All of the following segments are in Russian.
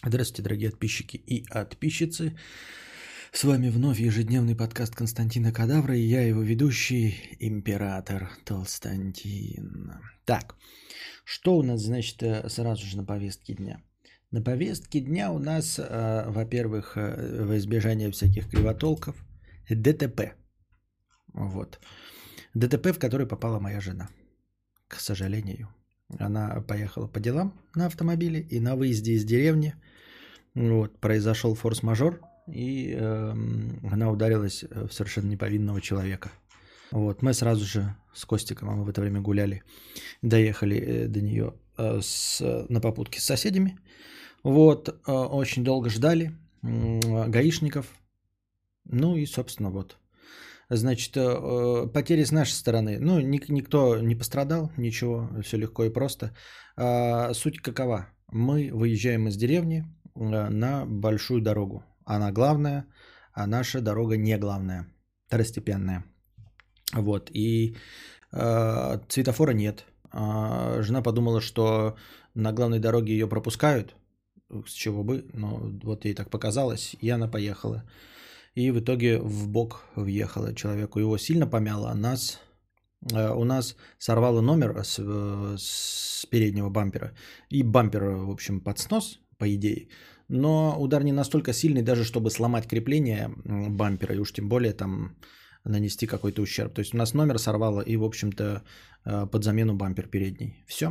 Здравствуйте, дорогие подписчики и подписчицы. С вами вновь ежедневный подкаст Константина Кадавра и я, его ведущий, император Толстантин. Так, что у нас, значит, сразу же на повестке дня? На повестке дня у нас, во-первых, во избежание всяких кривотолков, ДТП. Вот. ДТП, в который попала моя жена, к сожалению. Она поехала по делам на автомобиле и на выезде из деревни вот, произошел форс-мажор, и она ударилась в совершенно неповинного человека. Вот, мы сразу же с Костиком, а мы в это время гуляли, доехали до нее на попутке с соседями. Вот, очень долго ждали гаишников. Ну и, собственно, вот. Значит, потери с нашей стороны. Ну, никто не пострадал, ничего, все легко и просто. Суть какова? Мы выезжаем из деревни на большую дорогу. Она главная, а наша дорога не главная, второстепенная. Вот, и светофора нет. Жена подумала, что на главной дороге ее пропускают, с чего бы, но вот ей так показалось, и она поехала. И в итоге в бок въехала человеку. Его сильно помяло, а у нас сорвало номер с переднего бампера. И бампер, в общем, под снос, по идее. Но удар не настолько сильный, даже чтобы сломать крепление бампера. И уж тем более там нанести какой-то ущерб. То есть у нас номер сорвало и, в общем-то, под замену бампер передний. Все.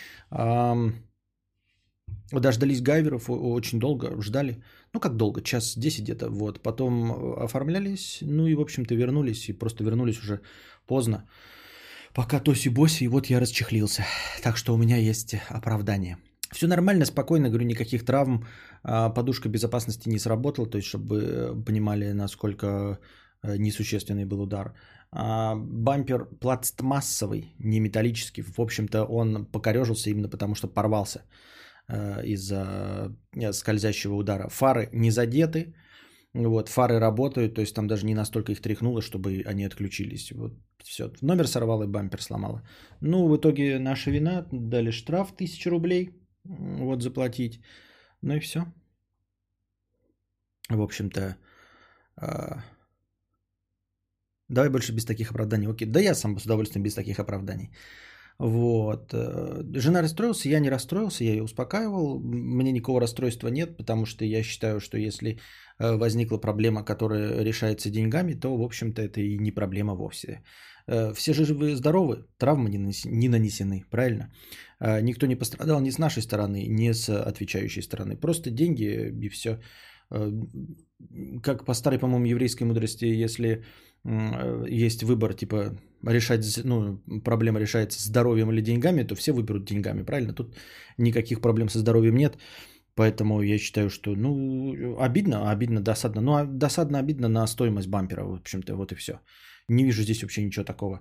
Дождались гайверов, очень долго ждали. Ну, как долго? Час 10 где-то. Вот. Потом оформлялись, ну и, в общем-то, вернулись. И просто вернулись уже поздно. Пока тоси-боси, и вот я расчехлился. Так что у меня есть оправдание. Все нормально, спокойно, говорю, никаких травм. Подушка безопасности не сработала, то есть, чтобы понимали, насколько несущественный был удар. Бампер пластмассовый, не металлический. В общем-то, он покорежился именно потому, что порвался из-за скользящего удара. Фары не задеты, вот, фары работают, то есть там даже не настолько их тряхнуло, чтобы они отключились. Вот все. Номер сорвало и бампер сломало. Ну, в итоге наша вина, дали штраф 1000 рублей, вот, заплатить. Ну и все. В общем-то, давай больше без таких оправданий. Окей, да я сам с удовольствием без таких оправданий. Вот. Жена расстроилась, я не расстроился, я ее успокаивал. Мне никакого расстройства нет, потому что я считаю, что если возникла проблема, которая решается деньгами, то, в общем-то, это и не проблема вовсе. Все же живы и здоровы, травмы не нанесены, правильно? Никто не пострадал ни с нашей стороны, ни с отвечающей стороны. Просто деньги и все. Как по старой, по-моему, еврейской мудрости, если есть выбор, типа, решать, ну, проблема решается здоровьем или деньгами, то все выберут деньгами, правильно? Тут никаких проблем со здоровьем нет, поэтому я считаю, что, ну, обидно, досадно. Ну, досадно, обидно на стоимость бампера, в общем-то, вот и все. Не вижу здесь вообще ничего такого.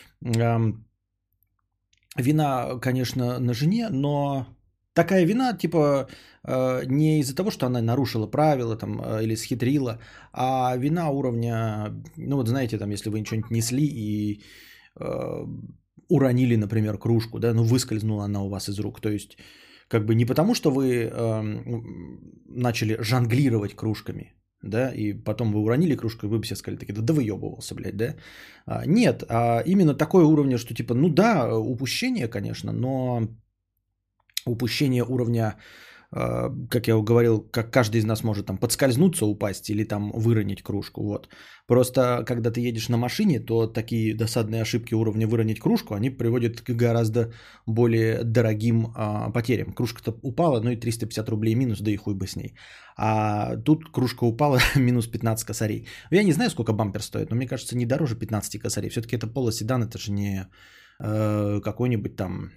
Вина, конечно, на жене, но такая вина, типа, не из-за того, что она нарушила правила там, или схитрила, а вина уровня, ну вот знаете, там, если вы что-нибудь несли и уронили, например, кружку, да, ну выскользнула она у вас из рук, то есть как бы не потому, что вы начали жонглировать кружками, да, и потом вы уронили кружку, и вы бы все сказали, такие, да выебывался, блядь, да. Нет, а именно такое уровня, что типа, ну да, упущение, конечно, но упущение уровня, как я говорил, как каждый из нас может там подскользнуться, упасть или там выронить кружку, вот. Просто когда ты едешь на машине, то такие досадные ошибки уровня выронить кружку, они приводят к гораздо более дорогим потерям. Кружка-то упала, ну и 350 рублей минус, да и хуй бы с ней. А тут кружка упала, минус 15 косарей. Я не знаю, сколько бампер стоит, но мне кажется, не дороже 15 косарей. Все-таки это полоседан, это же не какой-нибудь там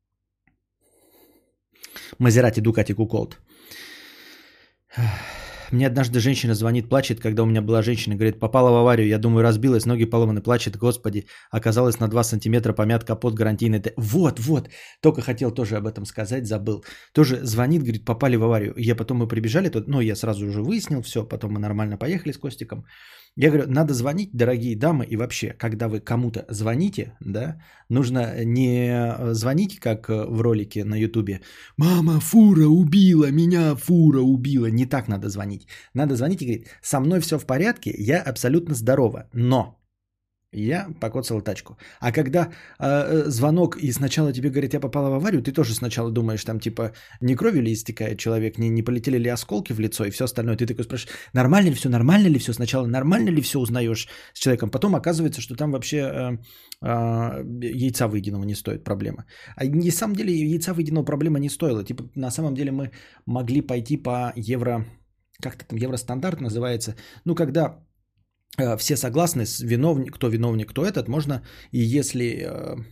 Мазерати, Дукати, Куколт. Мне однажды женщина звонит, плачет, когда у меня была женщина, говорит, попала в аварию, я думаю, разбилась, ноги поломаны, плачет, господи, оказалось на 2 сантиметра помят капот гарантийный. Вот, только хотел тоже об этом сказать, забыл. Тоже звонит, говорит, попали в аварию. Я потом мы прибежали, я сразу уже выяснил все, потом мы нормально поехали с Костиком. Я говорю, надо звонить, дорогие дамы, и вообще, когда вы кому-то звоните, да, нужно не звонить, как в ролике на Ютубе, мама, фура убила, меня фура убила, не так надо звонить. Надо звонить и говорить, со мной все в порядке, я абсолютно здорова, но я покоцал тачку. А когда звонок и сначала тебе говорят, я попала в аварию, ты тоже сначала думаешь, там типа не кровью ли истекает человек, не полетели ли осколки в лицо и все остальное. Ты такой спрашиваешь, нормально ли все? Сначала нормально ли все узнаешь с человеком, потом оказывается, что там вообще яйца выеденного не стоит проблема. А на самом деле яйца выеденного проблема не стоила. Типа на самом деле мы могли пойти по евро, как-то там евростандарт называется, когда все согласны, виновник, кто этот, можно, и если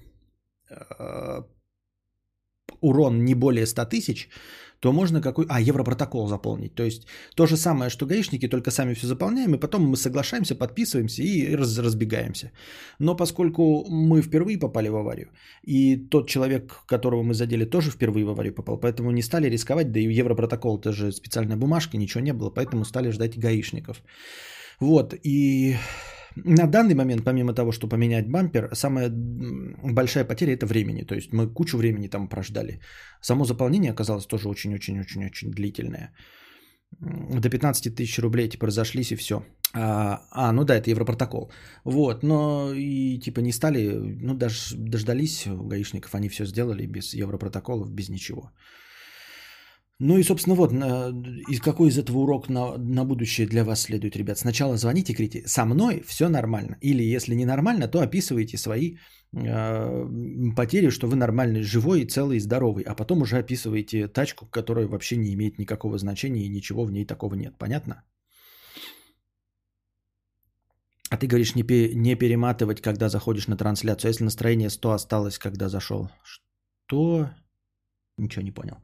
урон не более 100 тысяч, то можно европротокол заполнить. То есть то же самое, что гаишники, только сами все заполняем, и потом мы соглашаемся, подписываемся и разбегаемся. Но поскольку мы впервые попали в аварию, и тот человек, которого мы задели, тоже впервые в аварию попал, поэтому не стали рисковать, да и европротокол, это же специальная бумажка, ничего не было, поэтому стали ждать гаишников. Вот, и на данный момент, помимо того, что поменять бампер, самая большая потеря – это времени. То есть мы кучу времени там прождали. Само заполнение оказалось тоже очень-очень-очень-очень длительное. До 15 тысяч рублей типа разошлись и все. Это европротокол. Вот, но и типа не стали, даже дождались гаишников, они все сделали без европротоколов, без ничего. И, собственно, и какой из этого урок на будущее для вас следует, ребят? Сначала звоните и говорите, со мной все нормально. Или если не нормально, то описывайте свои потери, что вы нормальный, живой, целый и здоровый. А потом уже описываете тачку, которая вообще не имеет никакого значения и ничего в ней такого нет. Понятно? А ты говоришь не перематывать, когда заходишь на трансляцию. А если настроение 100 осталось, когда зашел? Что? Ничего не понял.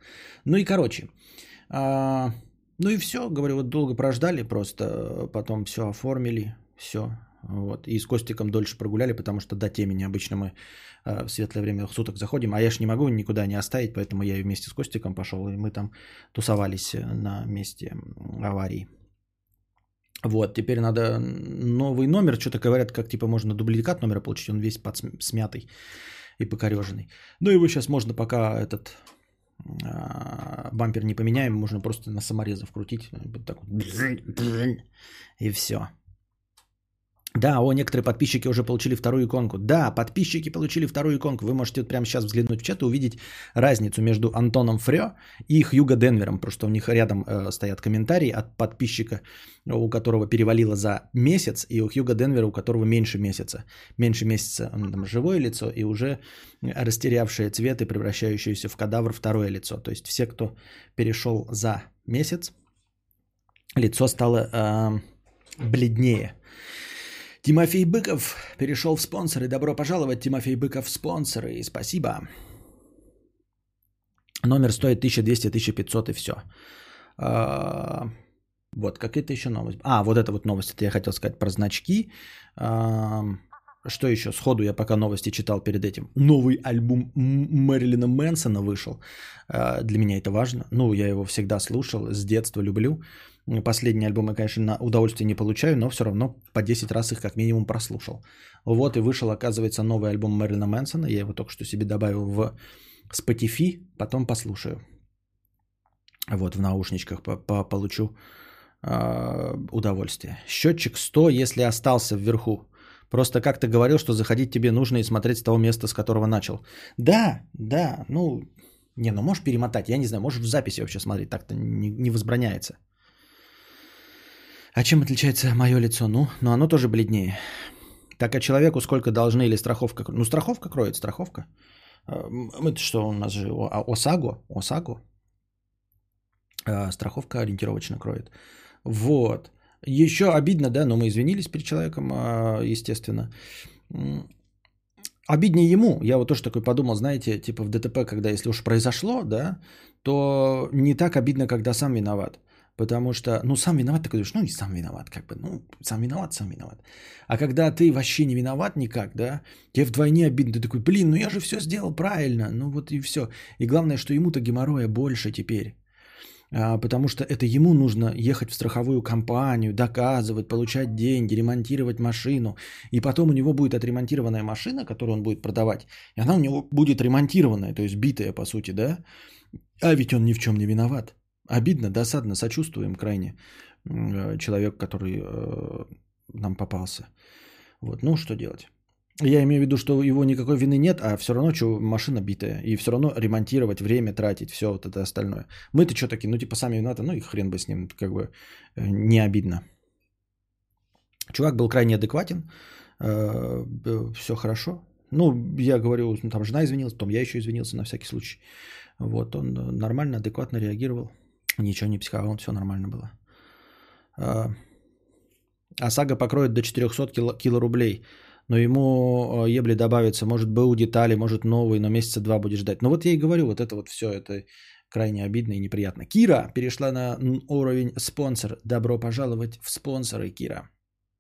И все, говорю, вот долго прождали, просто потом все оформили, все. Вот. И с Костиком дольше прогуляли, потому что до темени обычно мы в светлое время суток заходим, а я ж не могу никуда не оставить, поэтому я и вместе с Костиком пошел, и мы там тусовались на месте аварии. Вот, теперь надо новый номер, что-то говорят, как типа можно дубликат номера получить, он весь смятый и покореженный. Его сейчас можно пока бампер не поменяем, можно просто на саморезы вкрутить. Вот так вот. И все. Да, некоторые подписчики уже получили вторую иконку. Да, подписчики получили вторую иконку. Вы можете прямо сейчас взглянуть в чат и увидеть разницу между Антоном Фрё и Хьюго Денвером. Просто у них рядом стоят комментарии от подписчика, у которого перевалило за месяц, и у Хьюго Денвера, у которого меньше месяца. Меньше месяца он там живое лицо и уже растерявшее цвет и превращающееся в кадавр второе лицо. То есть все, кто перешел за месяц, лицо стало бледнее. Тимофей Быков перешел в спонсоры. Добро пожаловать, Тимофей Быков, в спонсоры. Спасибо. Номер стоит 1200-1500 и все. Вот, какая-то еще новость. Вот это вот новость. Это я хотел сказать про значки. Что еще? Сходу я пока новости читал перед этим. Новый альбом Мэрилина Мэнсона вышел. Для меня это важно. Я его всегда слушал, с детства люблю. Последний альбом я, конечно, на удовольствие не получаю, но все равно по 10 раз их как минимум прослушал. Вот и вышел, оказывается, новый альбом Мэрилина Мэнсона. Я его только что себе добавил в Spotify, потом послушаю. Вот в наушничках получу удовольствие. Счетчик 100, если остался вверху. Просто как-то говорил, что заходить тебе нужно и смотреть с того места, с которого начал. Да, можешь перемотать, я не знаю, можешь в записи вообще смотреть, так-то не возбраняется. А чем отличается мое лицо? Но оно тоже бледнее. Так, а человеку сколько должны или страховка? Страховка кроет, страховка. Это что у нас же? ОСАГО. Страховка ориентировочно кроет. Вот. Еще обидно, да, но мы извинились перед человеком, естественно. Обиднее ему. Я вот тоже такой подумал, знаете, типа в ДТП, когда если уж произошло, да, то не так обидно, когда сам виноват. Потому что, ну, сам виноват, ты говоришь, ну, и сам виноват, как бы, ну, сам виноват, сам виноват. А когда ты вообще не виноват никак, да, тебе вдвойне обидно, ты такой, блин, ну я же все сделал правильно, ну вот и все. И главное, что ему-то геморроя больше теперь. Потому что это ему нужно ехать в страховую компанию, доказывать, получать деньги, ремонтировать машину. И потом у него будет отремонтированная машина, которую он будет продавать. И она у него будет ремонтированная, то есть битая, по сути, да? А ведь он ни в чем не виноват. Обидно, досадно, сочувствуем крайне человеку, который нам попался. Вот, ну что делать? Я имею в виду, что его никакой вины нет, а все равно что машина битая. И все равно ремонтировать, время тратить, все вот это остальное. Мы-то что такие, ну типа сами виноваты, ну и хрен бы с ним, как бы не обидно. Чувак был крайне адекватен, все хорошо. Ну, я говорю, там жена извинилась, потом я еще извинился на всякий случай. Вот, он нормально, адекватно реагировал. Ничего не психовал, все нормально было. ОСАГО покроет до 400 кило рублей. Но ему ебли добавится, может БУ детали, может новый, но месяца 2 будешь ждать. Ну вот я и говорю, вот это вот все, это крайне обидно и неприятно. Кира перешла на уровень спонсор. Добро пожаловать в спонсоры, Кира.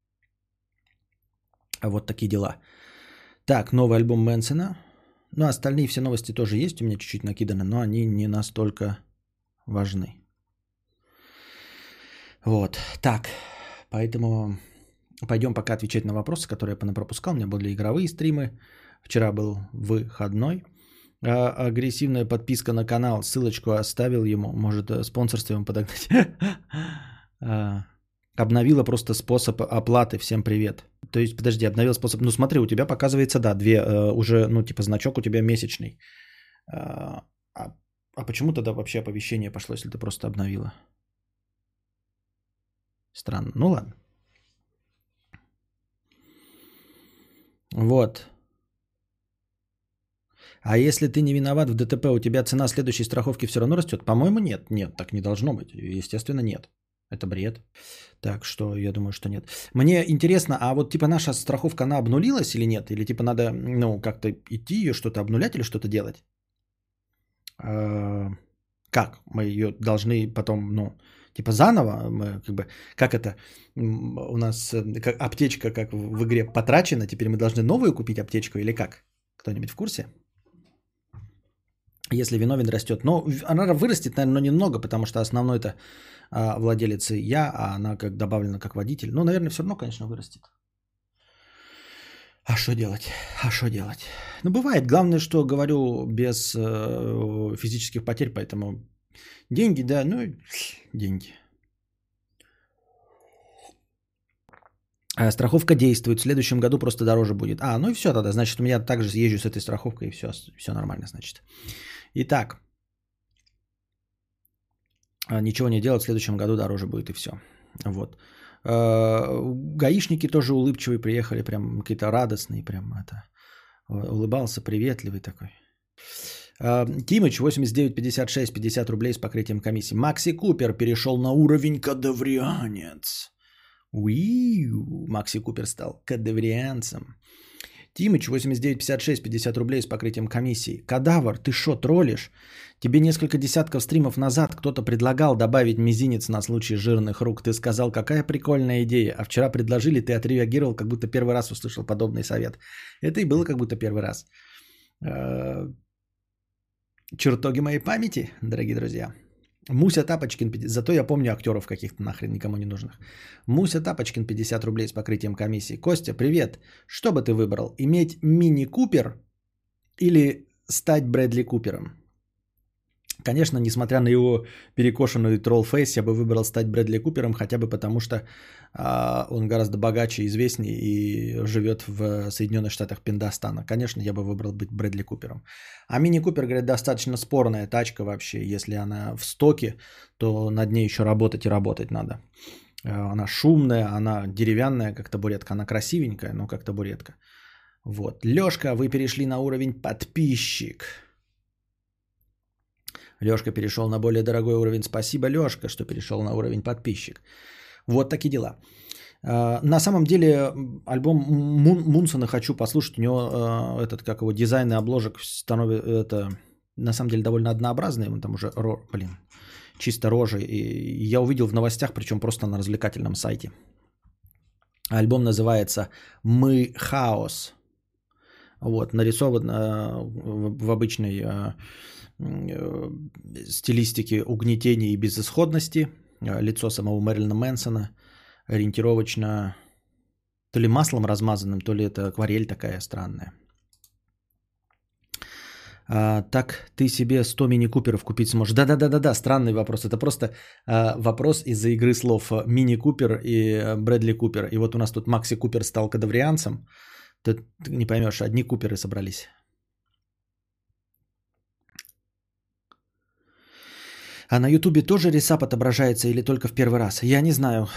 А вот такие дела. Так, новый альбом Мэнсона. Ну, остальные все новости тоже есть, у меня чуть-чуть накиданы, но они не настолько важны. Вот, так, поэтому пойдем пока отвечать на вопросы, которые я понапропускал. У меня были игровые стримы, вчера был выходной. Агрессивная подписка на канал, ссылочку оставил ему, может спонсорство ему подогнать. Обновила просто способ оплаты, всем привет. То есть, подожди, обновил способ, ну смотри, у тебя показывается, да, уже, ну типа значок у тебя месячный. А почему тогда вообще оповещение пошло, если ты просто обновила? Странно, ну ладно. Вот. А если ты не виноват в ДТП, у тебя цена следующей страховки все равно растет? По-моему, нет. Нет, так не должно быть. Естественно, нет. Это бред. Так что я думаю, что нет. Мне интересно, а вот типа наша страховка, она обнулилась или нет? Или типа надо, ну, как-то идти ее что-то обнулять или что-то делать? Как? Мы ее должны потом, ну, типа заново, мы как бы, как это, у нас как аптечка, как в игре потрачена, теперь мы должны новую купить аптечку или как? Кто-нибудь в курсе? Если виновен растет. Но она вырастет, наверное, но немного, потому что основной-то владелец я, а она как добавлена как водитель. Ну, наверное, все равно, конечно, вырастет. А что делать? А что делать? Ну, бывает. Главное, что говорю без физических потерь, поэтому деньги, да, ну, деньги. Страховка действует. В следующем году просто дороже будет. Ну и все тогда. Значит, у меня также съезжу с этой страховкой, и все нормально, значит. Итак. Ничего не делать, в следующем году дороже будет, и все. Вот. Гаишники тоже улыбчивые приехали, прям какие-то радостные, прям это. Улыбался, приветливый такой. Тимыч, 89,56, 50 рублей с покрытием комиссии. Макси Купер перешел на уровень кадаврианец. Макси Купер стал кадаврианцем. Тимыч, 89,56, 50 рублей с покрытием комиссии. Кадавр, ты шо, троллишь? Тебе несколько десятков стримов назад кто-то предлагал добавить мизинец на случай жирных рук. Ты сказал, какая прикольная идея. А вчера предложили, ты отреагировал, как будто первый раз услышал подобный совет. Это и было как будто первый раз. Чертоги моей памяти, дорогие друзья. Муся Тапочкин, зато я помню актеров каких-то нахрен никому не нужных. Муся Тапочкин, 50 рублей с покрытием комиссии. Костя, привет. Что бы ты выбрал? Иметь мини-купер или стать Брэдли Купером? Конечно, несмотря на его перекошенную тролл-фейс, я бы выбрал стать Брэдли Купером, хотя бы потому, что он гораздо богаче и известнее и живет в Соединенных Штатах Пиндостана. Конечно, я бы выбрал быть Брэдли Купером. А мини-купер, говорят, достаточно спорная тачка вообще. Если она в стоке, то над ней еще работать и работать надо. Она шумная, она деревянная, как табуретка. Она красивенькая, но как табуретка. Вот. Лёшка, вы перешли на уровень подписчик. Лёшка перешел на более дорогой уровень. Спасибо, Лёшка, что перешел на уровень подписчик. Вот такие дела. На самом деле, альбом Мунсона хочу послушать. У него дизайн и обложек становится, на самом деле, довольно однообразный. Он там уже, чисто рожей. И я увидел в новостях, причем просто на развлекательном сайте. Альбом называется «Мы хаос». Вот, нарисован в обычной стилистике угнетения и безысходности. Лицо самого Мэрилина Мэнсона ориентировочно то ли маслом размазанным, то ли это акварель такая странная. Так ты себе 100 мини-куперов купить сможешь? Да, странный вопрос. Это просто вопрос из-за игры слов мини-купер и Брэдли Купер. И вот у нас тут Макси Купер стал кадаврианцем. Ты не поймешь, одни куперы собрались. А на Ютубе тоже ресап отображается или только в первый раз? Я не знаю.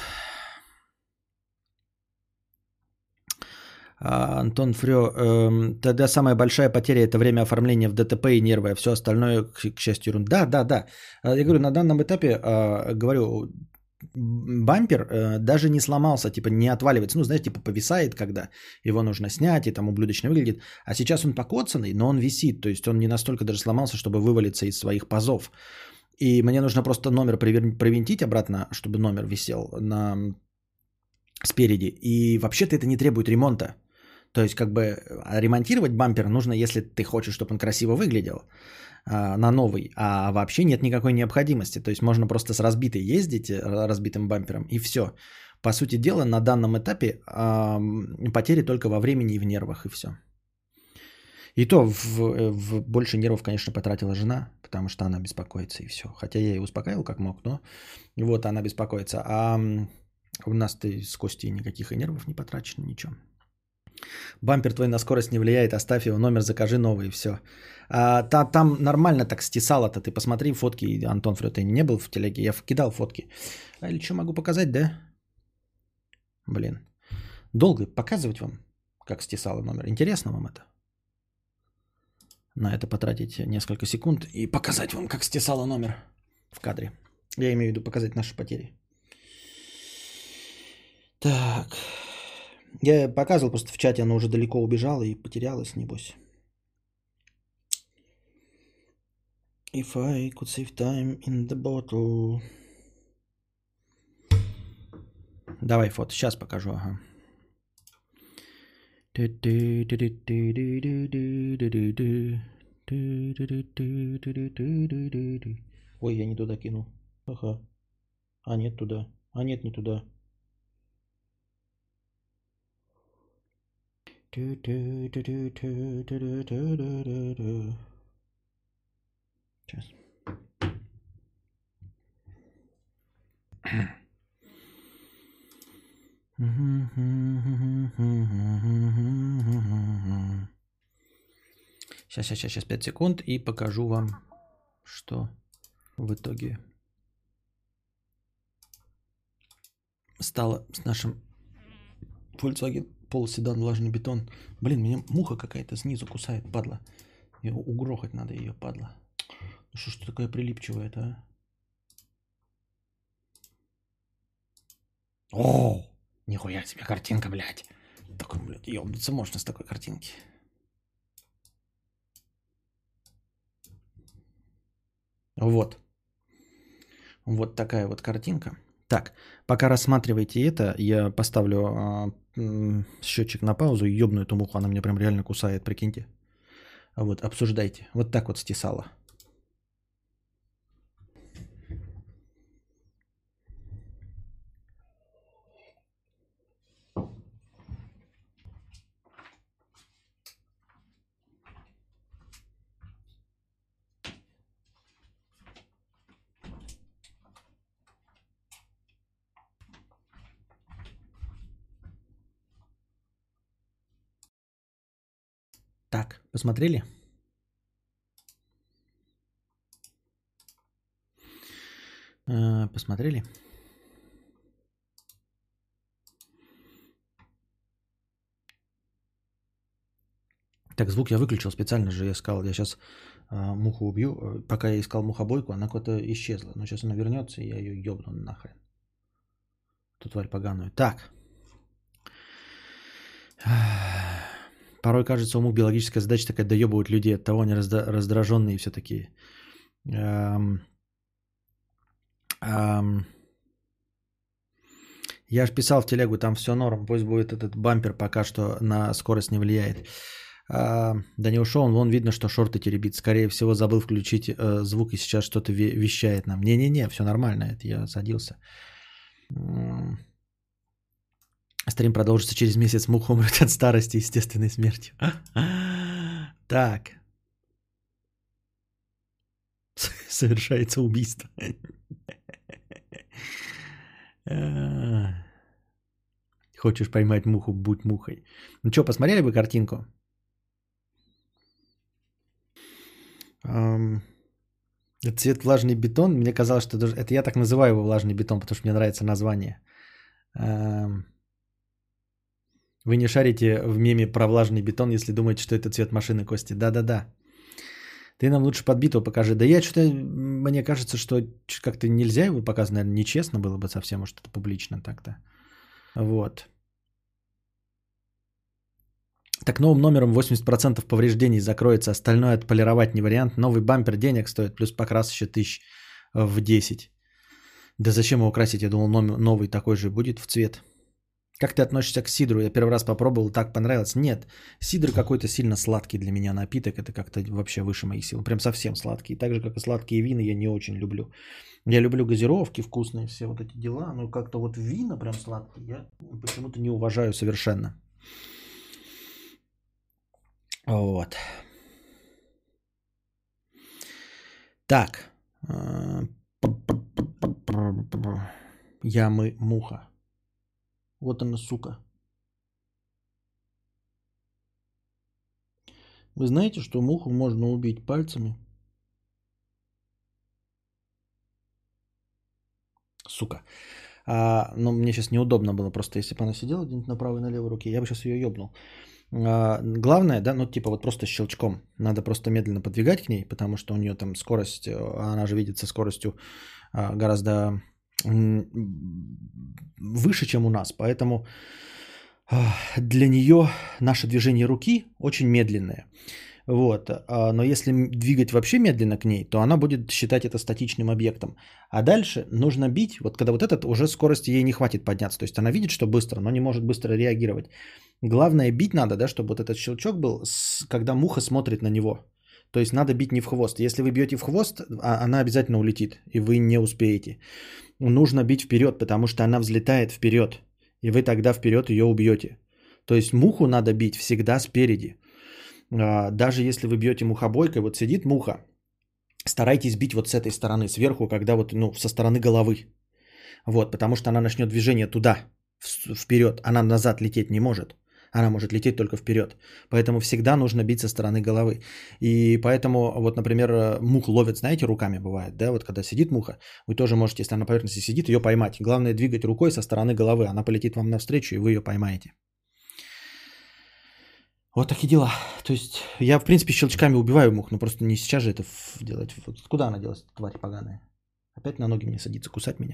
Антон Фрё, тогда самая большая потеря – это время оформления в ДТП и нервы, а все остальное, к счастью, ерунда. Да. Я говорю, на данном этапе, говорю, бампер даже не сломался, типа не отваливается. Ну, знаете, типа повисает, когда его нужно снять, и там ублюдочно выглядит. А сейчас он покоцанный, но он висит, то есть он не настолько даже сломался, чтобы вывалиться из своих пазов. И мне нужно просто номер привинтить обратно, чтобы номер висел спереди. И вообще-то это не требует ремонта. То есть, как бы ремонтировать бампер нужно, если ты хочешь, чтобы он красиво выглядел на новый. А вообще нет никакой необходимости. То есть, можно просто с разбитой ездить, разбитым бампером, и все. По сути дела, на данном этапе потери только во времени и в нервах, и все. И то в больше нервов, конечно, потратила жена, потому что она беспокоится, и все. Хотя я ее успокаивал как мог, но вот она беспокоится. А у нас-то с Костей никаких и нервов не потрачено, ничего. Бампер твой на скорость не влияет, оставь его, номер закажи новый, и все. Там нормально так стесало-то, ты посмотри фотки, Антон Фрё, ты не был в телеге, я кидал фотки. Или что могу показать, да? Блин, долго показывать вам, как стесало номер, интересно вам это? На это потратить несколько секунд и показать вам, как стесало номер в кадре. Я имею в виду показать наши потери. Так... Я показывал просто в чате, она уже далеко убежала и потерялась, небось. If I could save time in the bottle. Давай фото, сейчас покажу, ага. Ой, я не туда кинул. Ага. А нет туда. А нет, не туда. Сейчас. Сейчас 5 секунд и покажу вам, что в итоге стало с нашим Volkswagen полуседан влажный бетон. Блин, меня муха какая-то снизу кусает, падла. Его угрохать надо ее, падла. Ну что ж ты такая прилипчивая-то, а? О, нихуя себе картинка, блядь. Такой, блядь, ёбнуться можно с такой картинки. Вот. Вот такая вот картинка. Так, пока рассматриваете это, я поставлю счетчик на паузу и ёбну эту муху, она меня прям реально кусает, прикиньте. Вот, обсуждайте. Вот так вот стесала. Так, посмотрели? Посмотрели? Так, звук я выключил специально же, я сказал, я сейчас муху убью. Пока я искал мухобойку, она куда-то исчезла. Но сейчас она вернется, и я ее ёбну нахрен. Тут тварь поганую. Так. Порой кажется, у мух биологическая задача такая доебывать людей, от того они раздраженные все такие. Ам, Я же писал в телегу, там все норм, пусть будет этот бампер пока что на скорость не влияет. Да не ушел он, вон видно, что шорты теребит. Скорее всего, забыл включить звук и сейчас что-то вещает нам. Не-не-не, все нормально, это я садился. Стрим продолжится через месяц, муха умрет от старости естественной смертью. Так. Совершается убийство. Хочешь поймать муху, будь мухой. Ну что, посмотрели бы картинку? Цвет влажный бетон. Мне казалось, что это я так называю его влажный бетон, потому что мне нравится название. Вы не шарите в меме про влажный бетон, если думаете, что это цвет машины, Кости. Да-да-да. Ты нам лучше подбитого покажи. Да я что-то, мне кажется, что как-то нельзя его показывать, наверное, нечестно было бы совсем, может, это публично так-то. Вот. Так новым номером 80% повреждений закроется, остальное отполировать не вариант. Новый бампер денег стоит, плюс покрас еще 1000 в 10. Да зачем его красить? Я думал, новый такой же будет в цвет. Как ты относишься к сидру? Я первый раз попробовал, так понравилось. Нет, сидр какой-то сильно сладкий для меня напиток. Это как-то вообще выше моих сил. Прям совсем сладкий. Так же, как и сладкие вина, я не очень люблю. Я люблю газировки вкусные, все вот эти дела. Но как-то вот вина прям сладкие я почему-то не уважаю совершенно. Вот. Так. Муха. Вот она, сука. Вы знаете, что муху можно убить пальцами? Сука. Но мне сейчас неудобно было просто, если бы она сидела где-нибудь на правой и на левой руке, я бы сейчас ее ёбнул. Главное, да, ну типа вот просто щелчком. Надо просто медленно подвигать к ней, потому что у нее там скорость, она же видит со скоростью гораздо выше, чем у нас. Поэтому для нее наше движение руки очень медленное. Вот. Но если двигать вообще медленно к ней, то она будет считать это статичным объектом. А дальше нужно бить, вот когда вот этот, уже скорости ей не хватит подняться. То есть она видит, что быстро, но не может быстро реагировать. Главное бить надо, да, чтобы вот этот щелчок был, когда муха смотрит на него. То есть надо бить не в хвост. Если вы бьете в хвост, она обязательно улетит, и вы не успеете. Нужно бить вперед, потому что она взлетает вперед, и вы тогда вперед ее убьете. То есть муху надо бить всегда спереди. Даже если вы бьете мухобойкой, вот сидит муха, старайтесь бить вот с этой стороны, сверху, когда вот, ну, со стороны головы. Вот, потому что она начнет движение туда, вперед. Она назад лететь не может. Она может лететь только вперед. Поэтому всегда нужно бить со стороны головы. И поэтому, вот, например, мух ловят, знаете, руками бывает, да, вот когда сидит муха, вы тоже можете, если она на поверхности сидит, ее поймать. Главное двигать рукой со стороны головы. Она полетит вам навстречу, и вы ее поймаете. Вот такие дела. То есть я, в принципе, щелчками убиваю мух, но просто не сейчас же это делать. Вот куда она делась, тварь поганая? Опять на ноги мне садится кусать меня.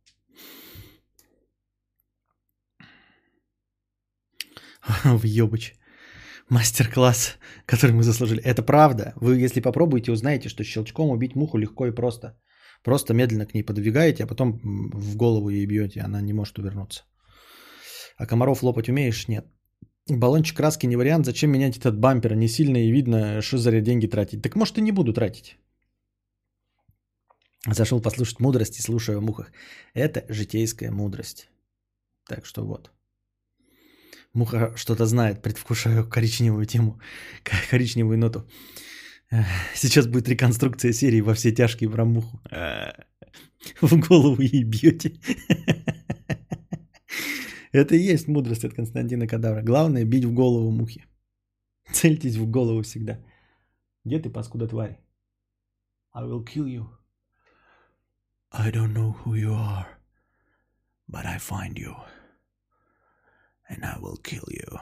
Въебыч. Мастер-класс, который мы заслужили. Это правда. Вы, если попробуете, узнаете, что щелчком убить муху легко и просто. Просто медленно к ней подвигаете, а потом в голову ей бьете, она не может увернуться. А комаров лопать умеешь? Нет. Баллончик краски не вариант. Зачем менять этот бампер? Не сильно и видно, что зря деньги тратить. Так может и не буду тратить. Зашел послушать мудрости, слушаю о мухах. Это житейская мудрость. Так что вот. Муха что-то знает, предвкушаю коричневую тему, коричневую ноту. Сейчас будет реконструкция серии «Во все тяжкие» про муху. В голову ей бьете. Это и есть мудрость от Константина Кадавра. Главное бить в голову мухи. Цельтесь в голову всегда. Где ты, паскуда тварь? I will kill you. I don't know who you are, but I find you. And I will kill you.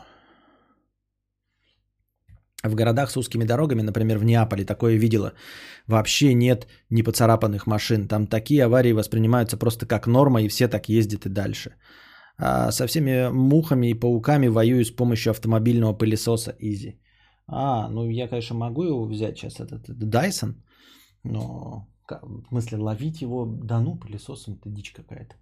В городах с узкими дорогами, например, в Неаполе, такое видела, вообще нет непоцарапанных машин. Там такие аварии воспринимаются просто как норма, и все так ездят и дальше. А со всеми мухами и пауками воюю с помощью автомобильного пылесоса Easy. Ну я, конечно, могу его взять сейчас, этот Dyson, но В смысле, ловить его, да ну, пылесосом, это дичь какая-то.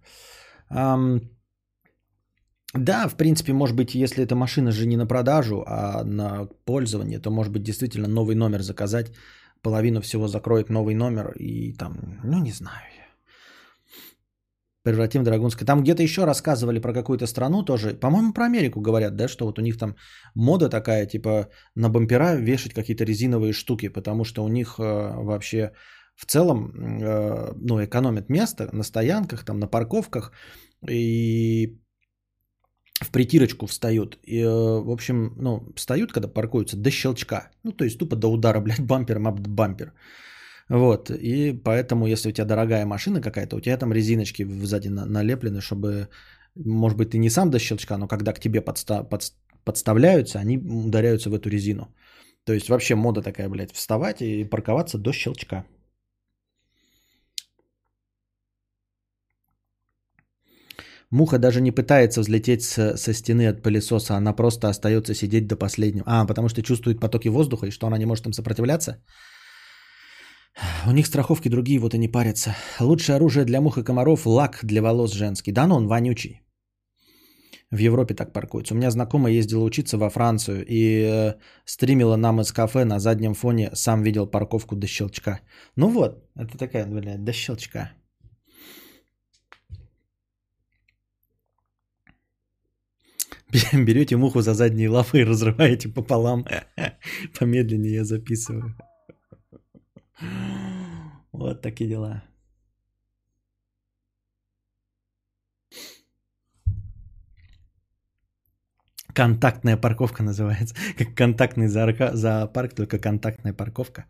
Да, в принципе, может быть, если эта машина же не на продажу, а на пользование, то, может быть, действительно новый номер заказать, половину всего закроет новый номер и там, ну, не знаю. Превратим в драгунское. Там где-то еще рассказывали про какую-то страну тоже. По-моему, про Америку говорят, да, что вот у них там мода такая, типа на бампера вешать какие-то резиновые штуки, потому что у них вообще в целом, ну, экономят место на стоянках, там, на парковках и в притирочку встают. И, в общем, ну, встают, когда паркуются, до щелчка. Ну, то есть тупо до удара, блядь, бампером об бампер. Вот, и поэтому, если у тебя дорогая машина какая-то, у тебя там резиночки сзади налеплены, чтобы, может быть, ты не сам до щелчка, но когда к тебе подставляются, они ударяются в эту резину. То есть вообще мода такая, блядь, вставать и парковаться до щелчка. Муха даже не пытается взлететь со стены от пылесоса, она просто остается сидеть до последнего. Потому что чувствует потоки воздуха и что она не может им сопротивляться. У них страховки другие, вот и не парятся. Лучшее оружие для мух и комаров – лак для волос женский. Да, но он вонючий. В Европе так паркуются. У меня знакомая ездила учиться во Францию и стримила нам из кафе на заднем фоне. Сам видел парковку до щелчка. Ну вот, это такая, блядь, до щелчка. Берете муху за задние лапы и разрываете пополам. Помедленнее я записываю. Вот такие дела. Контактная парковка называется. Как контактный зоопарк, только контактная парковка.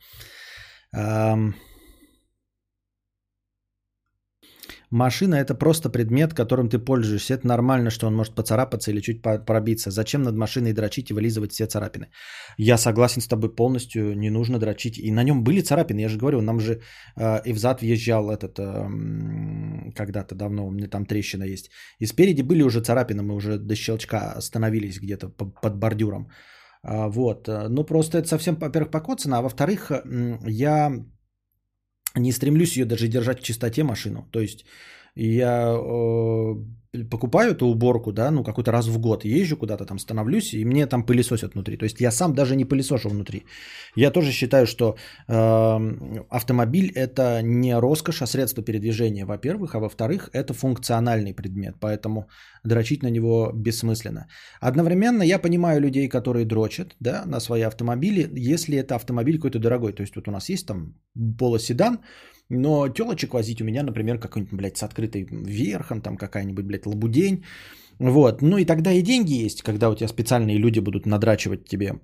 Машина – это просто предмет, которым ты пользуешься. Это нормально, что он может поцарапаться или чуть пробиться. Зачем над машиной дрочить и вылизывать все царапины? Я согласен с тобой полностью, не нужно дрочить. И на нем были царапины, я же говорю, нам же и взад въезжал этот когда-то давно, у меня там трещина есть. И спереди были уже царапины, мы уже до щелчка остановились где-то под бордюром. Вот, ну просто это совсем, во-первых, покоцано, а во-вторых, я не стремлюсь ее даже держать в чистоте машину. То есть я покупаю эту уборку, да, ну какой-то раз в год, езжу куда-то там, становлюсь, и мне там пылесосят внутри. То есть я сам даже не пылесошу внутри. Я тоже считаю, что автомобиль это не роскошь, а средство передвижения, во-первых, а во-вторых, это функциональный предмет, поэтому дрочить на него бессмысленно. Одновременно я понимаю людей, которые дрочат, да, на свои автомобили, если это автомобиль какой-то дорогой. То есть вот у нас есть там полоседан, но телочек возить у меня, например, какой-нибудь, блядь, с открытой верхом, там какая-нибудь, блядь, лабудень. Вот. Ну и тогда и деньги есть, когда у тебя специальные люди будут надрачивать тебе,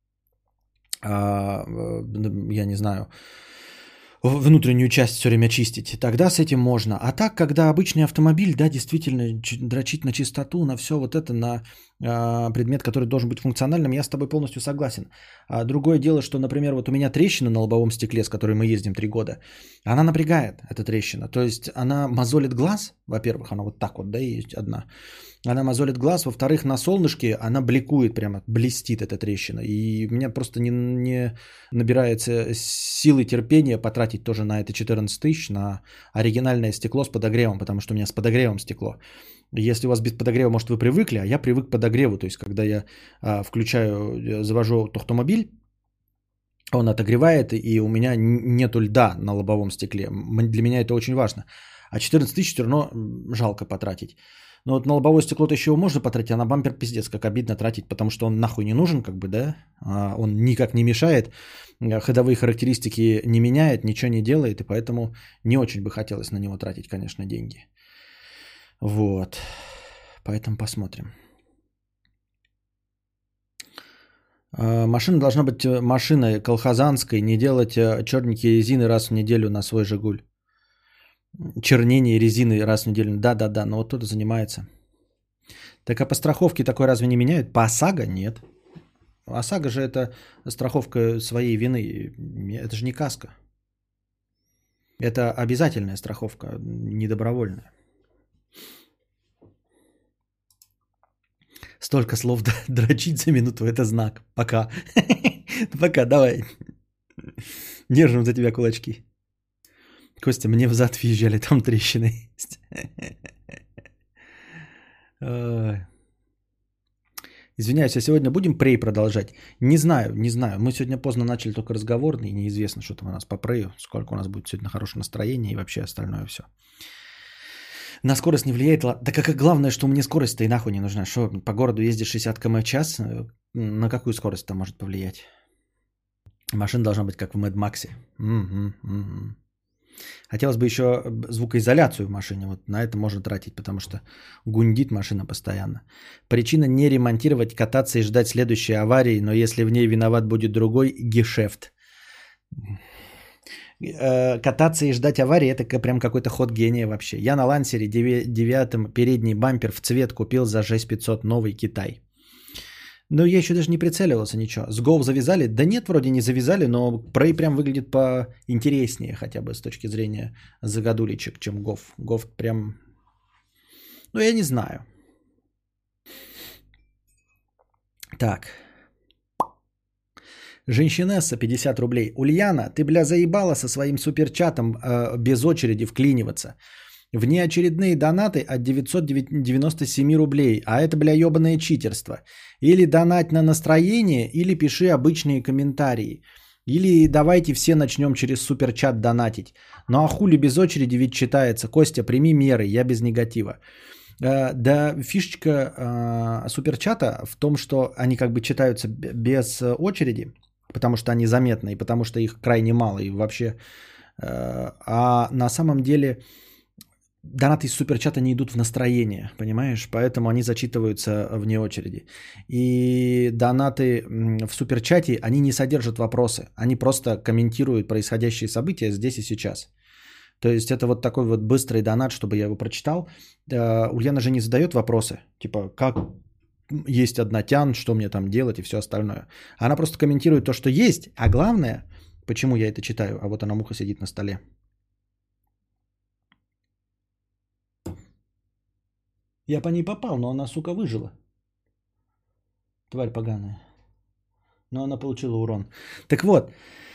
я не знаю, внутреннюю часть все время чистить. Тогда с этим можно. А так, когда обычный автомобиль, да, действительно, дрочить на чистоту, на все вот это, на предмет, который должен быть функциональным, я с тобой полностью согласен. А другое дело, что, например, вот у меня трещина на лобовом стекле, с которой мы ездим 3 года, она напрягает, эта трещина. То есть она мозолит глаз, во-первых, она вот так вот, да, есть одна. Она мозолит глаз, во-вторых, на солнышке она бликует, прямо блестит эта трещина. И у меня просто не набирается силы терпения потратить тоже на это 14 тысяч, на оригинальное стекло с подогревом, потому что у меня с подогревом стекло. Если у вас без подогрева, может, вы привыкли, а я привык к подогреву. То есть, когда я включаю, завожу автомобиль, он отогревает, и у меня нету льда на лобовом стекле. Для меня это очень важно. А 14 тысяч все равно жалко потратить. Но вот на лобовое стекло-то еще его можно потратить, а на бампер пиздец, как обидно тратить, потому что он нахуй не нужен, как бы, да? Он никак не мешает, ходовые характеристики не меняет, ничего не делает, и поэтому не очень бы хотелось на него тратить, конечно, деньги. Вот, поэтому посмотрим. Машина должна быть машиной колхозанской, не делать черненькие резины раз в неделю на свой «Жигуль». Чернение резины раз в неделю. Да, но вот кто-то занимается. Так а по страховке такой разве не меняют? По ОСАГО нет. ОСАГО же это страховка своей вины. Это же не каско. Это обязательная страховка, не добровольная. Столько слов дрочить за минуту, это знак. Пока. Пока, давай. Держим за тебя кулачки. Костя, мне взад въезжали, там трещины есть. Извиняюсь, а сегодня будем прей продолжать? Не знаю, не знаю. Мы сегодня поздно начали только разговор, и неизвестно, что там у нас по прею, сколько у нас будет сегодня хорошее настроение и вообще остальное все. На скорость не влияет. Да как главное, что мне скорость-то и нахуй не нужна. Что, по городу ездишь 60 км в час, на какую скорость это может повлиять? Машина должна быть как в Mad Max. Хотелось бы еще звукоизоляцию в машине. Вот на это можно тратить, потому что гундит машина постоянно. Причина не ремонтировать, кататься и ждать следующей аварии, но если в ней виноват будет другой, гешефт. Кататься и ждать аварии, это прям какой-то ход гения вообще. Я на Лансере 9 передний бампер в цвет купил за 6500, новый Китай. Но я еще даже не прицеливался ничего. С Go завязали? Да нет, вроде не завязали, но Prey прям выглядит поинтереснее, хотя бы с точки зрения загадулечек, чем Gov. Gov прям... Ну, я не знаю. Так. Женщинесса, 50 рублей. Ульяна, ты, бля, заебала со своим суперчатом без очереди вклиниваться. Внеочередные донаты от 997 рублей. А это, бля, ебаное читерство. Или донать на настроение, или пиши обычные комментарии. Или давайте все начнем через суперчат донатить. Ну а хули без очереди ведь читается. Костя, прими меры, я без негатива. Да, фишечка суперчата в том, что они как бы читаются без очереди, потому что они заметны, и потому что их крайне мало, и вообще... А на самом деле донаты из суперчата не идут в настроение, понимаешь? Поэтому они зачитываются вне очереди. И донаты в суперчате, они не содержат вопросы, они просто комментируют происходящие события здесь и сейчас. То есть это вот такой вот быстрый донат, чтобы я его прочитал. Ульяна же не задает вопросы, типа как есть однотян, что мне там делать и все остальное. Она просто комментирует то, что есть, а главное, почему я это читаю, а вот она муха сидит на столе. Я по ней попал, но она, сука, выжила. Тварь поганая. Но она получила урон. Так вот,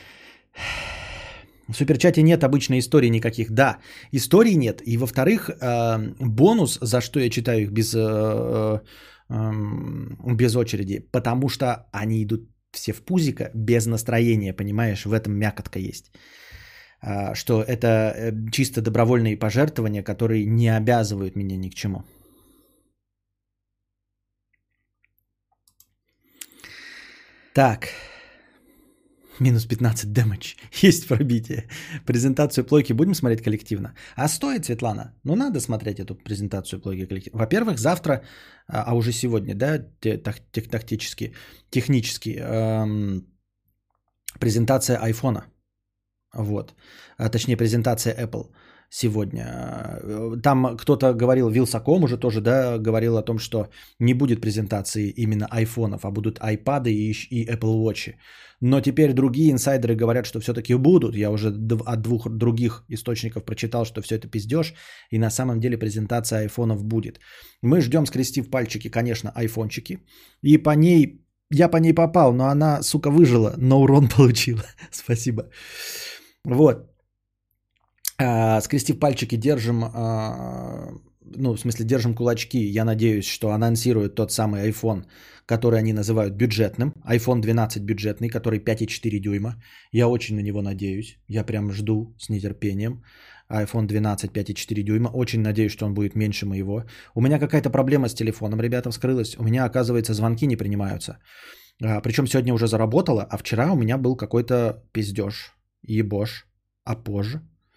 в суперчате нет обычной истории никаких. Да, историй нет. И во-вторых, бонус, за что я читаю их без очереди, потому что они идут все в пузико, без настроения, понимаешь, в этом мякотка есть. Что это чисто добровольные пожертвования, которые не обязывают меня ни к чему. Так, минус 15 дэмэдж. Есть пробитие. Презентацию плойки будем смотреть коллективно? А стоит, Светлана? Ну, надо смотреть эту презентацию плойки коллективно. Во-первых, завтра, а уже сегодня, да, технически, презентация айфона. Вот. Точнее, презентация Apple сегодня. Там кто-то говорил, Вилсаком уже тоже, да, говорил о том, что не будет презентации именно айфонов, а будут айпады и Apple Watch. Но теперь другие инсайдеры говорят, что все-таки будут. Я уже от двух других источников прочитал, что все это пиздеж, и на самом деле презентация айфонов будет. Мы ждем, скрестив пальчики, конечно, айфончики, и по ней, я по ней попал, но она, сука, выжила, но урон получила. Спасибо. Вот. Скрестив пальчики, держим, ну, в смысле, держим кулачки. Я надеюсь, что анонсируют тот самый iPhone, который они называют бюджетным. iPhone 12 бюджетный, который 5,4 дюйма. Я очень на него надеюсь. Я прям жду с нетерпением. iPhone 12 5,4 дюйма. Очень надеюсь, что он будет меньше моего. У меня какая-то проблема с телефоном, ребята, вскрылась. У меня, оказывается, звонки не принимаются. Причем сегодня уже заработало, а вчера у меня был какой-то пиздеж, ебош, а позже.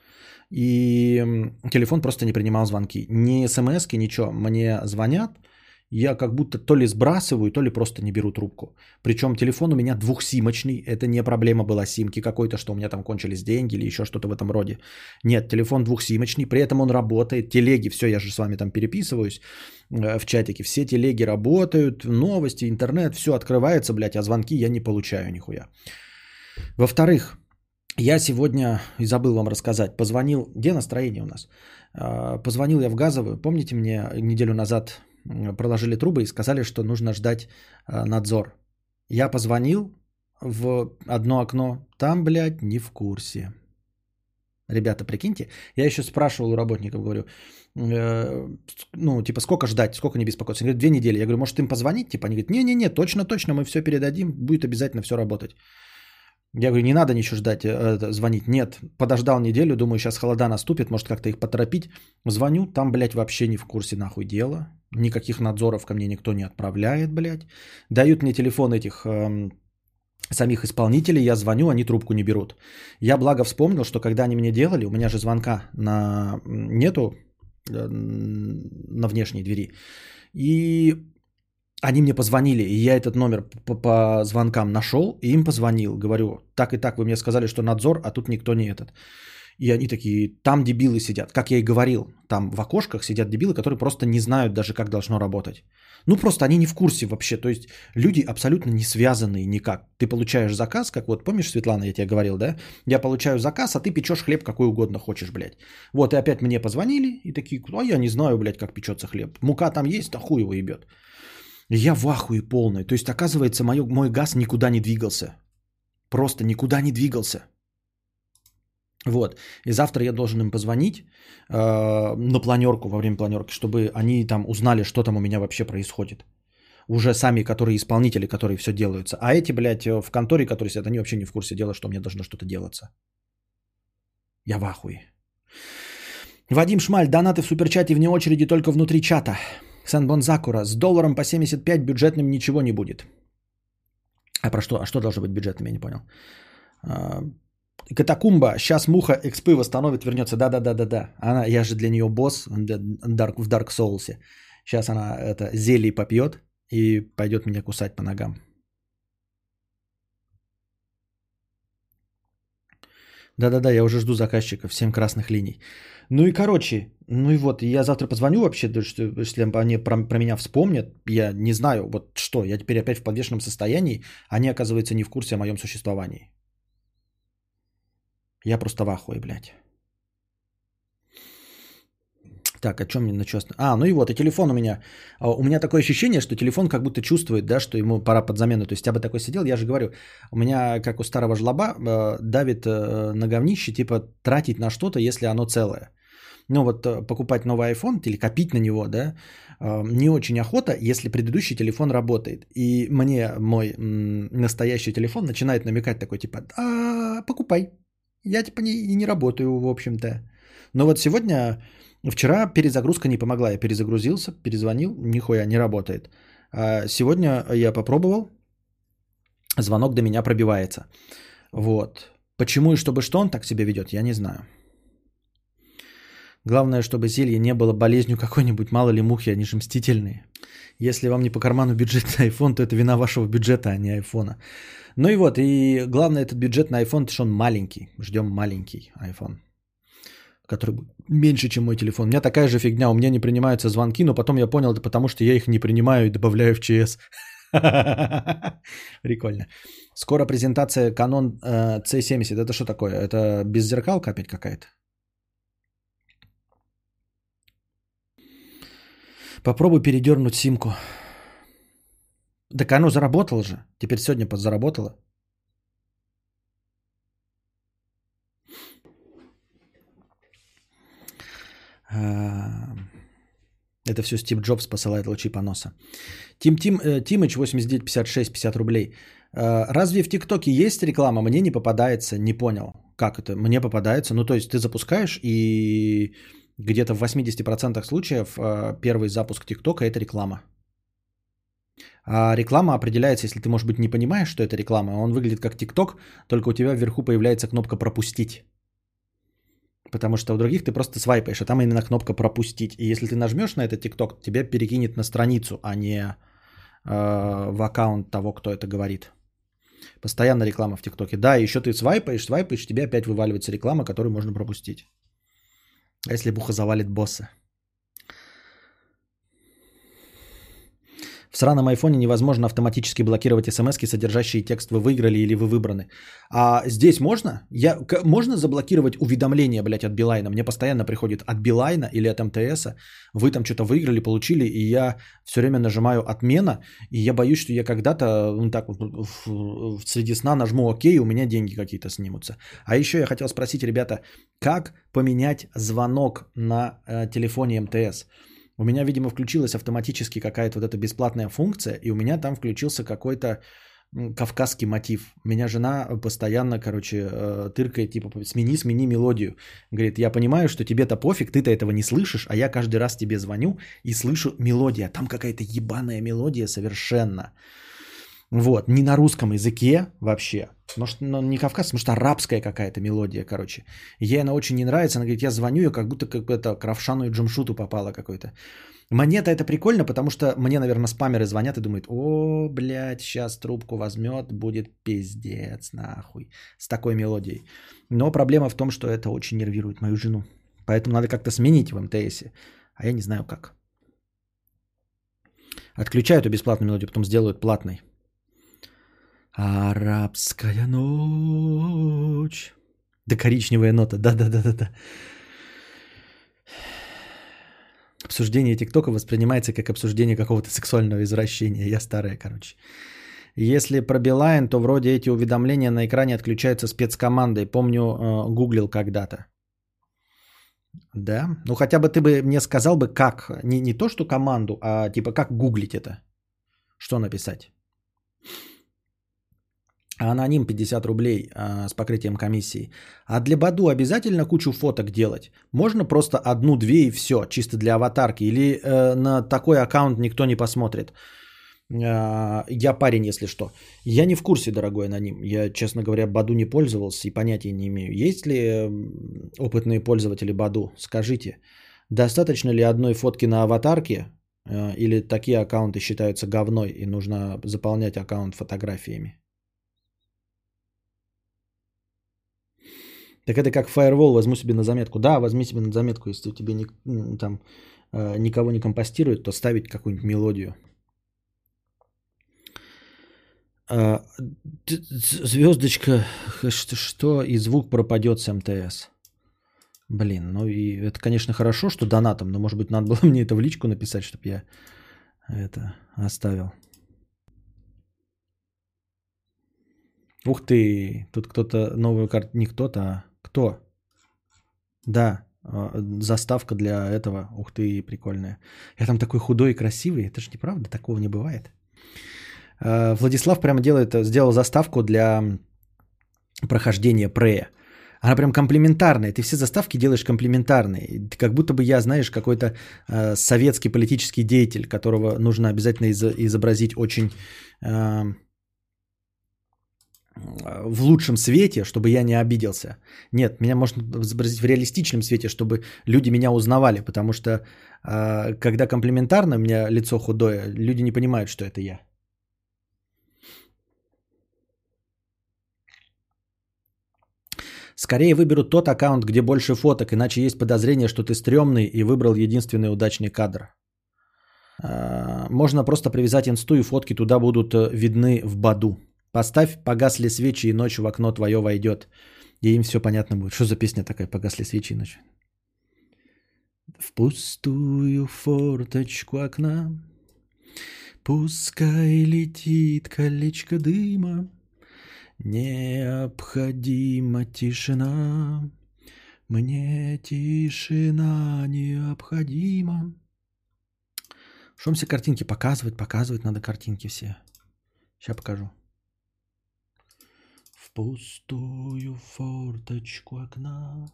И телефон просто не принимал звонки. Ни смс-ки, ничего. Мне звонят, я как будто то ли сбрасываю, то ли просто не беру трубку. Причем телефон у меня двухсимочный. Это не проблема была симки какой-то, что у меня там кончились деньги или еще что-то в этом роде. Нет, телефон двухсимочный, при этом он работает. Телеги, все, я же с вами там переписываюсь в чатике. Все телеги работают, новости, интернет, все открывается, блядь, а звонки я не получаю нихуя. Во-вторых, я сегодня, и забыл вам рассказать, позвонил, где настроение у нас? Позвонил я в газовую, помните, мне неделю назад проложили трубы и сказали, что нужно ждать надзор. Я позвонил в одно окно, там, блядь, не в курсе. Ребята, прикиньте, я еще спрашивал у работников, говорю, ну, типа, сколько ждать, сколько не беспокоиться? Они говорят, 2 недели. Я говорю, может, им позвонить? Типа, они говорят, не-не-не, точно, мы все передадим, будет обязательно все работать. Я говорю, не надо ничего ждать, звонить. Нет, подождал неделю, думаю, сейчас холода наступит, может как-то их поторопить. Звоню, там, блядь, вообще не в курсе нахуй дела. Никаких надзоров ко мне никто не отправляет, блядь. Дают мне телефон этих самих исполнителей, я звоню, они трубку не берут. Я благо вспомнил, что когда они мне делали, у меня же звонка нету на внешней двери. И они мне позвонили, и я этот номер по звонкам нашел, и им позвонил. Говорю, так и так, вы мне сказали, что надзор, а тут никто не этот. И они такие, там дебилы сидят. Как я и говорил, там в окошках сидят дебилы, которые просто не знают даже, как должно работать. Ну, просто они не в курсе вообще. То есть люди абсолютно не связанные никак. Ты получаешь заказ, как вот, помнишь, Светлана, я тебе говорил, да? Я получаю заказ, а ты печешь хлеб какой угодно хочешь, блядь. Вот, и опять мне позвонили, и такие, а я не знаю, блядь, как печется хлеб. Мука там есть, а хуй его ебет. Я в ахуе полный. То есть, оказывается, мой газ никуда не двигался. Просто никуда не двигался. Вот. И завтра я должен им позвонить на планерку, во время планерки, чтобы они там узнали, что там у меня вообще происходит. Уже сами, которые исполнители, которые все делаются. А эти, блядь, в конторе, которые сидят, они вообще не в курсе дела, что мне должно что-то делаться. Я в ахуе. Вадим Шмаль, донаты в суперчате вне очереди только внутри чата. Сэнбон Закура, с долларом по 75 бюджетным ничего не будет. А про что? А что должно быть бюджетным, я не понял. Катакумба, сейчас муха экспы восстановит, вернется. Да. Я же для нее босс в Dark Souls. Сейчас она это зелье попьет и пойдет меня кусать по ногам. Да, я уже жду заказчиков, 7 красных линий. Ну и короче, ну и вот, я завтра позвоню вообще, если они про меня вспомнят, я не знаю, вот что, я теперь опять в подвешенном состоянии, они, оказывается, не в курсе о моем существовании. Я просто в ахуе, блядь. Так, о чем мне начать? Ну и вот, и телефон у меня. У меня такое ощущение, что телефон как будто чувствует, да, что ему пора под замену. То есть я бы такой сидел, я же говорю, у меня, как у старого жлоба, давит на говнище, типа тратить на что-то, если оно целое. Ну вот покупать новый iPhone или копить на него, да, не очень охота, если предыдущий телефон работает. И мне мой настоящий телефон начинает намекать такой, типа, покупай. Я типа не работаю, в общем-то. Но вот сегодня, вчера перезагрузка не помогла. Я перезагрузился, перезвонил, нихуя не работает. А сегодня я попробовал, звонок до меня пробивается. Вот. Почему и чтобы что он так себя ведет, я не знаю. Главное, чтобы зелье не было болезнью какой-нибудь, мало ли мухи, они же мстительные. Если вам не по карману бюджетный iPhone, то это вина вашего бюджета, а не айфона. Ну и вот, и главное, этот бюджетный iPhone, что он маленький. Ждем маленький iPhone, который меньше, чем мой телефон. У меня такая же фигня, у меня не принимаются звонки, но потом я понял, это потому что я их не принимаю и добавляю в ЧС. Прикольно. Скоро презентация Canon C70. Это что такое? Это беззеркалка опять какая-то? Попробуй передернуть симку. Так оно заработало же. Теперь сегодня подзаработало. Это все Стив Джобс посылает лучи поноса. Тимыч 8956 50 рублей. Разве в ТикТоке есть реклама? Мне не попадается. Не понял. Как это? Мне попадается. Ну, то есть ты запускаешь, и где-то в 80% случаев первый запуск ТикТока – это реклама. А реклама определяется, если ты, может быть, не понимаешь, что это реклама. Он выглядит как ТикТок, только у тебя вверху появляется кнопка «Пропустить». Потому что у других ты просто свайпаешь, а там именно кнопка «Пропустить». И если ты нажмешь на этот ТикТок, тебя перекинет на страницу, а не в аккаунт того, кто это говорит. Постоянно реклама в ТикТоке. Да, еще ты свайпаешь, тебе опять вываливается реклама, которую можно пропустить. А если буха завалит босса? В сраном айфоне невозможно автоматически блокировать смс-ки, содержащие текст «Вы выиграли» или «Вы выбраны». А здесь можно? Можно заблокировать уведомления, блядь, от Билайна? Мне постоянно приходит от Билайна или от МТСа. Вы там что-то выиграли, получили, и я все время нажимаю «Отмена», и я боюсь, что я когда-то так вот среди сна нажму «Ок», и у меня деньги какие-то снимутся. А еще я хотел спросить, ребята, как поменять звонок на телефоне МТС? У меня, видимо, включилась автоматически какая-то вот эта бесплатная функция, и у меня там включился какой-то кавказский мотив. Меня жена постоянно, тыркает, типа, смени мелодию. Говорит, я понимаю, что тебе-то пофиг, ты-то этого не слышишь, а я каждый раз тебе звоню и слышу мелодию. Там какая-то ебаная мелодия совершенно. Вот, не на русском языке вообще. Может, не кавказская, может, арабская какая-то мелодия, короче. Ей она очень не нравится. Она говорит, я звоню, я как будто к Равшану и Джамшуту попала какой-то. Мне-то это прикольно, потому что мне, наверное, спамеры звонят и думают, о, блядь, сейчас трубку возьмет, будет пиздец, нахуй, с такой мелодией. Но проблема в том, что это очень нервирует мою жену. Поэтому надо как-то сменить в МТСе. А я не знаю как. Отключаю эту бесплатную мелодию, потом сделают платной. Арабская ночь. Да, коричневая нота. Да. Обсуждение ТикТока воспринимается как обсуждение какого-то сексуального извращения. Я старая, короче. Если про Билайн, то вроде эти уведомления на экране отключаются спецкомандой. Помню, гуглил когда-то. Да? Ну хотя бы ты бы мне сказал бы, как. Не то, что команду, а типа как гуглить это. Что написать? Аноним 50 рублей с покрытием комиссии. А для Баду обязательно кучу фоток делать? Можно просто одну-две и все, чисто для аватарки? Или на такой аккаунт никто не посмотрит? Я парень, если что. Я не в курсе, дорогой аноним. Я, честно говоря, Баду не пользовался и понятия не имею. Есть ли опытные пользователи Баду? Скажите. Достаточно ли одной фотки на аватарке? Или такие аккаунты считаются говной и нужно заполнять аккаунт фотографиями? Так это как Firewall, возьму себе на заметку. Да, возьми себе на заметку, если тебе там никого не компостирует, то ставить какую-нибудь мелодию. Звездочка, что и звук пропадет с МТС. Блин, ну и это, конечно, хорошо, что донатом, но, может быть, надо было мне это в личку написать, чтобы я это оставил. Ух ты, тут кто-то новую карту, не кто-то, а кто? Да, заставка для этого. Ух ты, прикольная. Я там такой худой и красивый. Это же неправда, такого не бывает. Владислав прямо сделал заставку для прохождения Прея. Она прям комплементарная. Ты все заставки делаешь комплементарные. Как будто бы я, знаешь, какой-то советский политический деятель, которого нужно обязательно изобразить очень в лучшем свете, чтобы я не обиделся. Нет, меня можно изобразить в реалистичном свете, чтобы люди меня узнавали, потому что когда комплементарно у меня лицо худое, люди не понимают, что это я. Скорее выберу тот аккаунт, где больше фоток, иначе есть подозрение, что ты стрёмный и выбрал единственный удачный кадр. Можно просто привязать инсту, и фотки туда будут видны в Баду. Поставь «Погасли свечи, и ночь в окно твое войдет». И им все понятно будет. Что за песня такая «Погасли свечи, и ночь»? В пустую форточку окна пускай летит колечко дыма. Необходима тишина. Мне тишина необходима. Что мне все картинки показывать надо картинки все. Сейчас покажу. В пустую форточку окна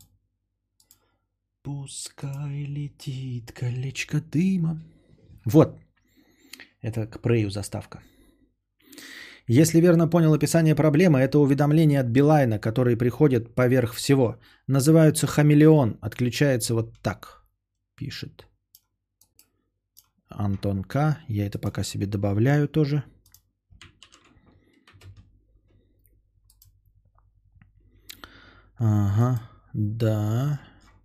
пускай летит колечко дыма. Вот. Это к Прею заставка. Если верно понял описание проблемы, это уведомления от Билайна, которые приходят поверх всего. Называются хамелеон. Отключается вот так. Пишет Антон К. Я это пока себе добавляю тоже. Ага, да.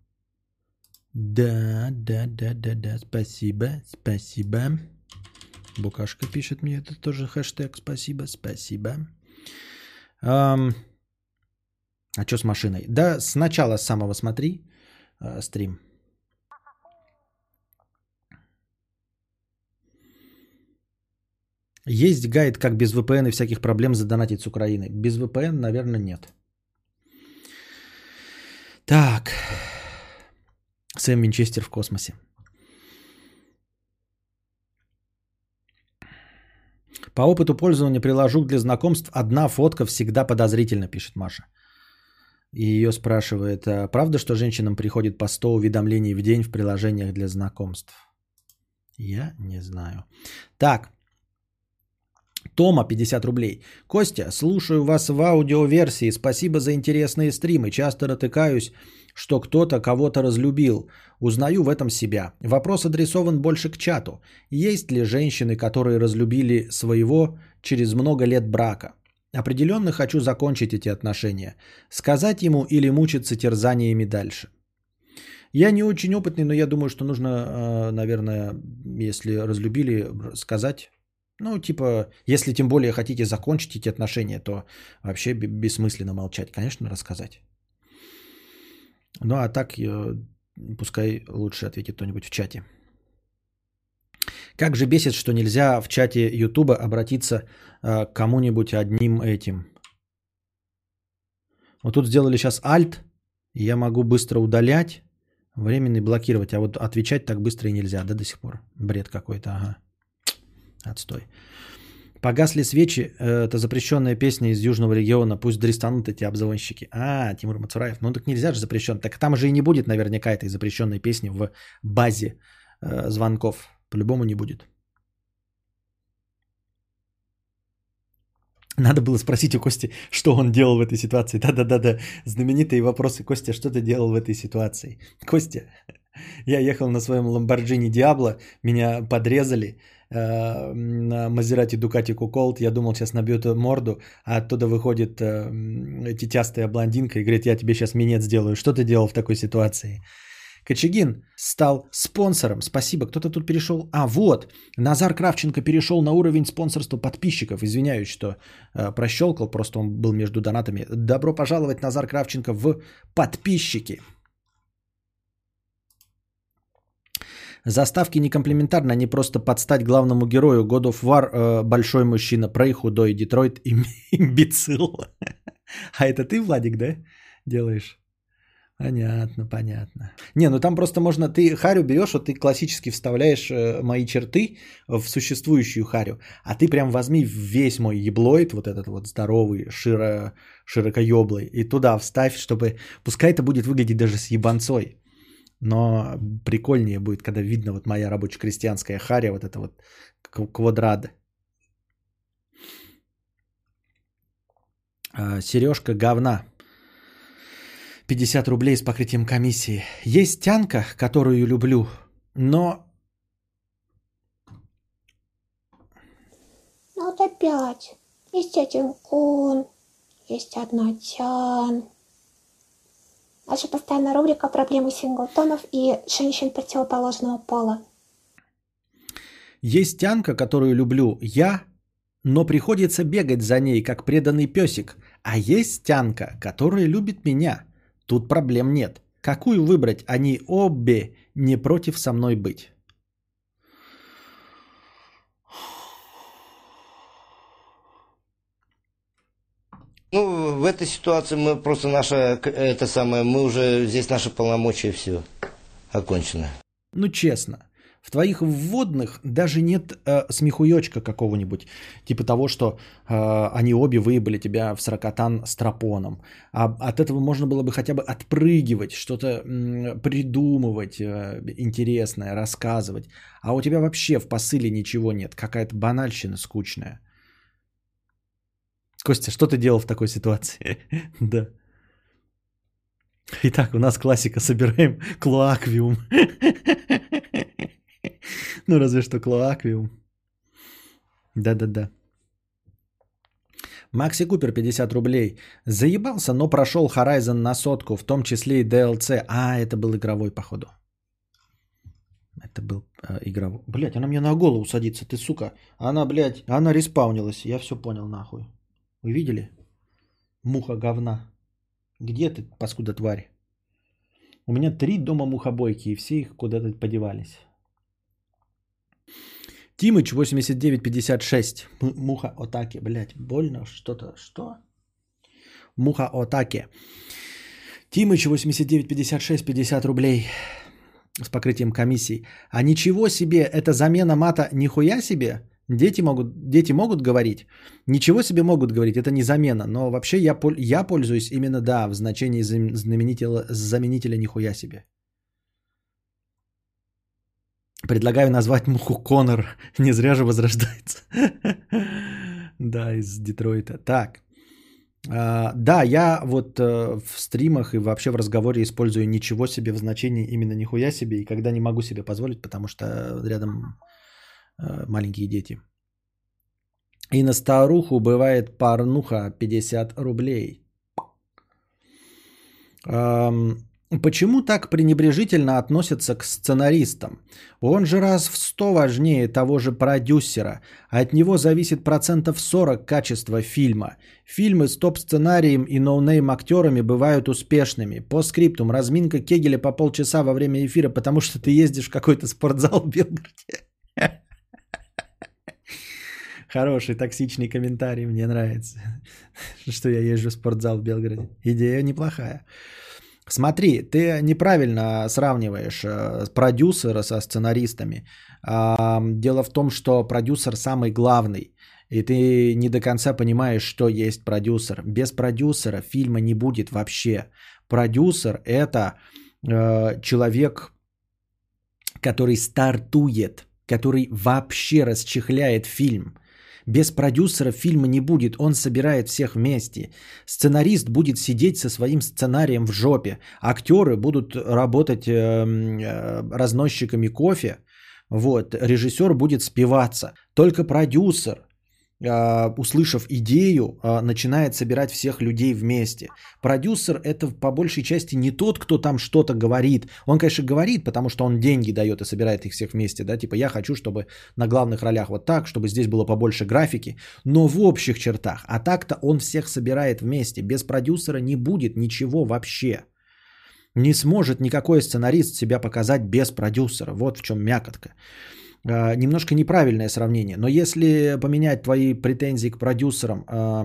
Да, спасибо. Букашка пишет мне, это тоже хэштег. Спасибо, спасибо. А что с машиной? Да, сначала с самого смотри стрим. Есть гайд, как без VPN и всяких проблем задонатить с Украины. Без VPN, наверное, нет. Так. Сэм Винчестер в космосе. По опыту пользования приложух для знакомств одна фотка всегда подозрительно, пишет Маша. И ее спрашивает, а правда, что женщинам приходит по 100 уведомлений в день в приложениях для знакомств? Я не знаю. Так. Тома, 50 рублей. Костя, слушаю вас в аудиоверсии. Спасибо за интересные стримы. Часто натыкаюсь, что кто-то кого-то разлюбил. Узнаю в этом себя. Вопрос адресован больше к чату. Есть ли женщины, которые разлюбили своего через много лет брака? Определенно хочу закончить эти отношения. Сказать ему или мучиться терзаниями дальше? Я не очень опытный, но я думаю, что нужно, наверное, если разлюбили, сказать. Ну, типа, если тем более хотите закончить эти отношения, то вообще бессмысленно молчать. Конечно, рассказать. Ну, а так, пускай лучше ответит кто-нибудь в чате. Как же бесит, что нельзя в чате Ютуба обратиться к кому-нибудь одним этим. Вот тут сделали сейчас Alt, и я могу быстро удалять, временно блокировать, а вот отвечать так быстро и нельзя, да, до сих пор. Бред какой-то, ага. Отстой. Погасли свечи. Это запрещенная песня из Южного региона. Пусть дрестанут эти обзвонщики. Тимур Мацураев. Ну так нельзя же запрещен. Так там же и не будет наверняка этой запрещенной песни в базе звонков. По-любому не будет. Надо было спросить у Кости, что он делал в этой ситуации. Да. Знаменитые вопросы. Костя, что ты делал в этой ситуации? Костя, я ехал на своем Lamborghini Diablo. Меня подрезали. На Мазерати Дукати Куколт, я думал, сейчас набьет морду, а оттуда выходит тетястая блондинка и говорит, я тебе сейчас минет сделаю. Что ты делал в такой ситуации? Кочегин стал спонсором. Спасибо. Кто-то тут перешел. Вот. Назар Кравченко перешел на уровень спонсорства подписчиков. Извиняюсь, что прощелкал. Просто он был между донатами. Добро пожаловать, Назар Кравченко, в подписчики. Заставки не комплиментарны, они просто подстать главному герою. God of War большой мужчина, Prey худой, Детройт имбецил. А это ты, Владик, да, делаешь? Понятно. Не, ну там просто можно, ты харю берешь, вот ты классически вставляешь мои черты в существующую харю, а ты прям возьми весь мой еблоид, вот этот вот здоровый, широкоеблый, и туда вставь, чтобы, пускай это будет выглядеть даже с ебанцой. Но прикольнее будет, когда видно вот моя рабоче-крестьянская харя, вот это вот квадрат. Сережка говна. 50 рублей с покрытием комиссии. Есть тянка, которую люблю, но... Ну вот опять. Есть один кон, есть одна тян. Наша постоянная рубрика «Проблемы синглтонов и женщин противоположного пола». Есть тянка, которую люблю я, но приходится бегать за ней, как преданный песик. А есть тянка, которая любит меня. Тут проблем нет. Какую выбрать? Они обе не против со мной быть. Ну, в этой ситуации мы просто мы уже здесь наши полномочия все окончено. Ну, честно, в твоих вводных даже нет смехуёчка какого-нибудь, типа того, что они обе выебали тебя в сорокотан с тропоном. А от этого можно было бы хотя бы отпрыгивать, что-то придумывать интересное, рассказывать. А у тебя вообще в посыле ничего нет, какая-то банальщина скучная. Костя, что ты делал в такой ситуации? Да. Итак, у нас классика. Собираем клоаквиум. Ну, разве что клоаквиум. Да. Макси Купер, 50 рублей. Заебался, но прошел Horizon на 100, в том числе и DLC. Это был игровой, походу. Это был игра. Блять, она мне на голову садится, ты сука. Она, блядь, она респаунилась. Я все понял нахуй. Вы видели? Муха говна. Где ты, паскуда тварь? У меня 3 дома мухобойки, и все их куда-то подевались. Тимыч 8956. Муха Отаки. Блять, больно что-то. Что? Муха Отаки. Тимыч 8956, 50 рублей с покрытием комиссий. А ничего себе, это замена мата нихуя себе? Дети могут говорить? Ничего себе могут говорить, это не замена. Но вообще я пользуюсь именно, да, в значении заменителя нихуя себе. Предлагаю назвать муху Конор. Не зря же возрождается. Да, из Детройта. Так. Да, я вот в стримах и вообще в разговоре использую ничего себе в значении именно нихуя себе. И когда не могу себе позволить, потому что рядом маленькие дети. И на старуху бывает порнуха 50 рублей. Почему так пренебрежительно относятся к сценаристам? Он же раз в 100 важнее того же продюсера. От него зависит 40% качества фильма. Фильмы с топ-сценарием и ноунейм актерами бывают успешными. По скриптум, разминка Кегеля по полчаса во время эфира, потому что ты ездишь в какой-то спортзал в Белгороде. Хороший токсичный комментарий, мне нравится, что я езжу в спортзал в Белгороде. Идея неплохая. Смотри, ты неправильно сравниваешь продюсера со сценаристами. Дело в том, что продюсер самый главный, и ты не до конца понимаешь, что есть продюсер. Без продюсера фильма не будет вообще. Продюсер – это человек, который стартует, который вообще расчехляет фильм. Без продюсера фильма не будет, он собирает всех вместе. Сценарист будет сидеть со своим сценарием в жопе. Актеры будут работать разносчиками кофе. Вот. Режиссер будет спиваться. Только продюсер, услышав идею, начинает собирать всех людей вместе. Продюсер – это по большей части не тот, кто там что-то говорит. Он, конечно, говорит, потому что он деньги дает и собирает их всех вместе. Да? Типа я хочу, чтобы на главных ролях вот так, чтобы здесь было побольше графики. Но в общих чертах. А так-то он всех собирает вместе. Без продюсера не будет ничего вообще. Не сможет никакой сценарист себя показать без продюсера. Вот в чем мякотка. Немножко неправильное сравнение, но если поменять твои претензии к продюсерам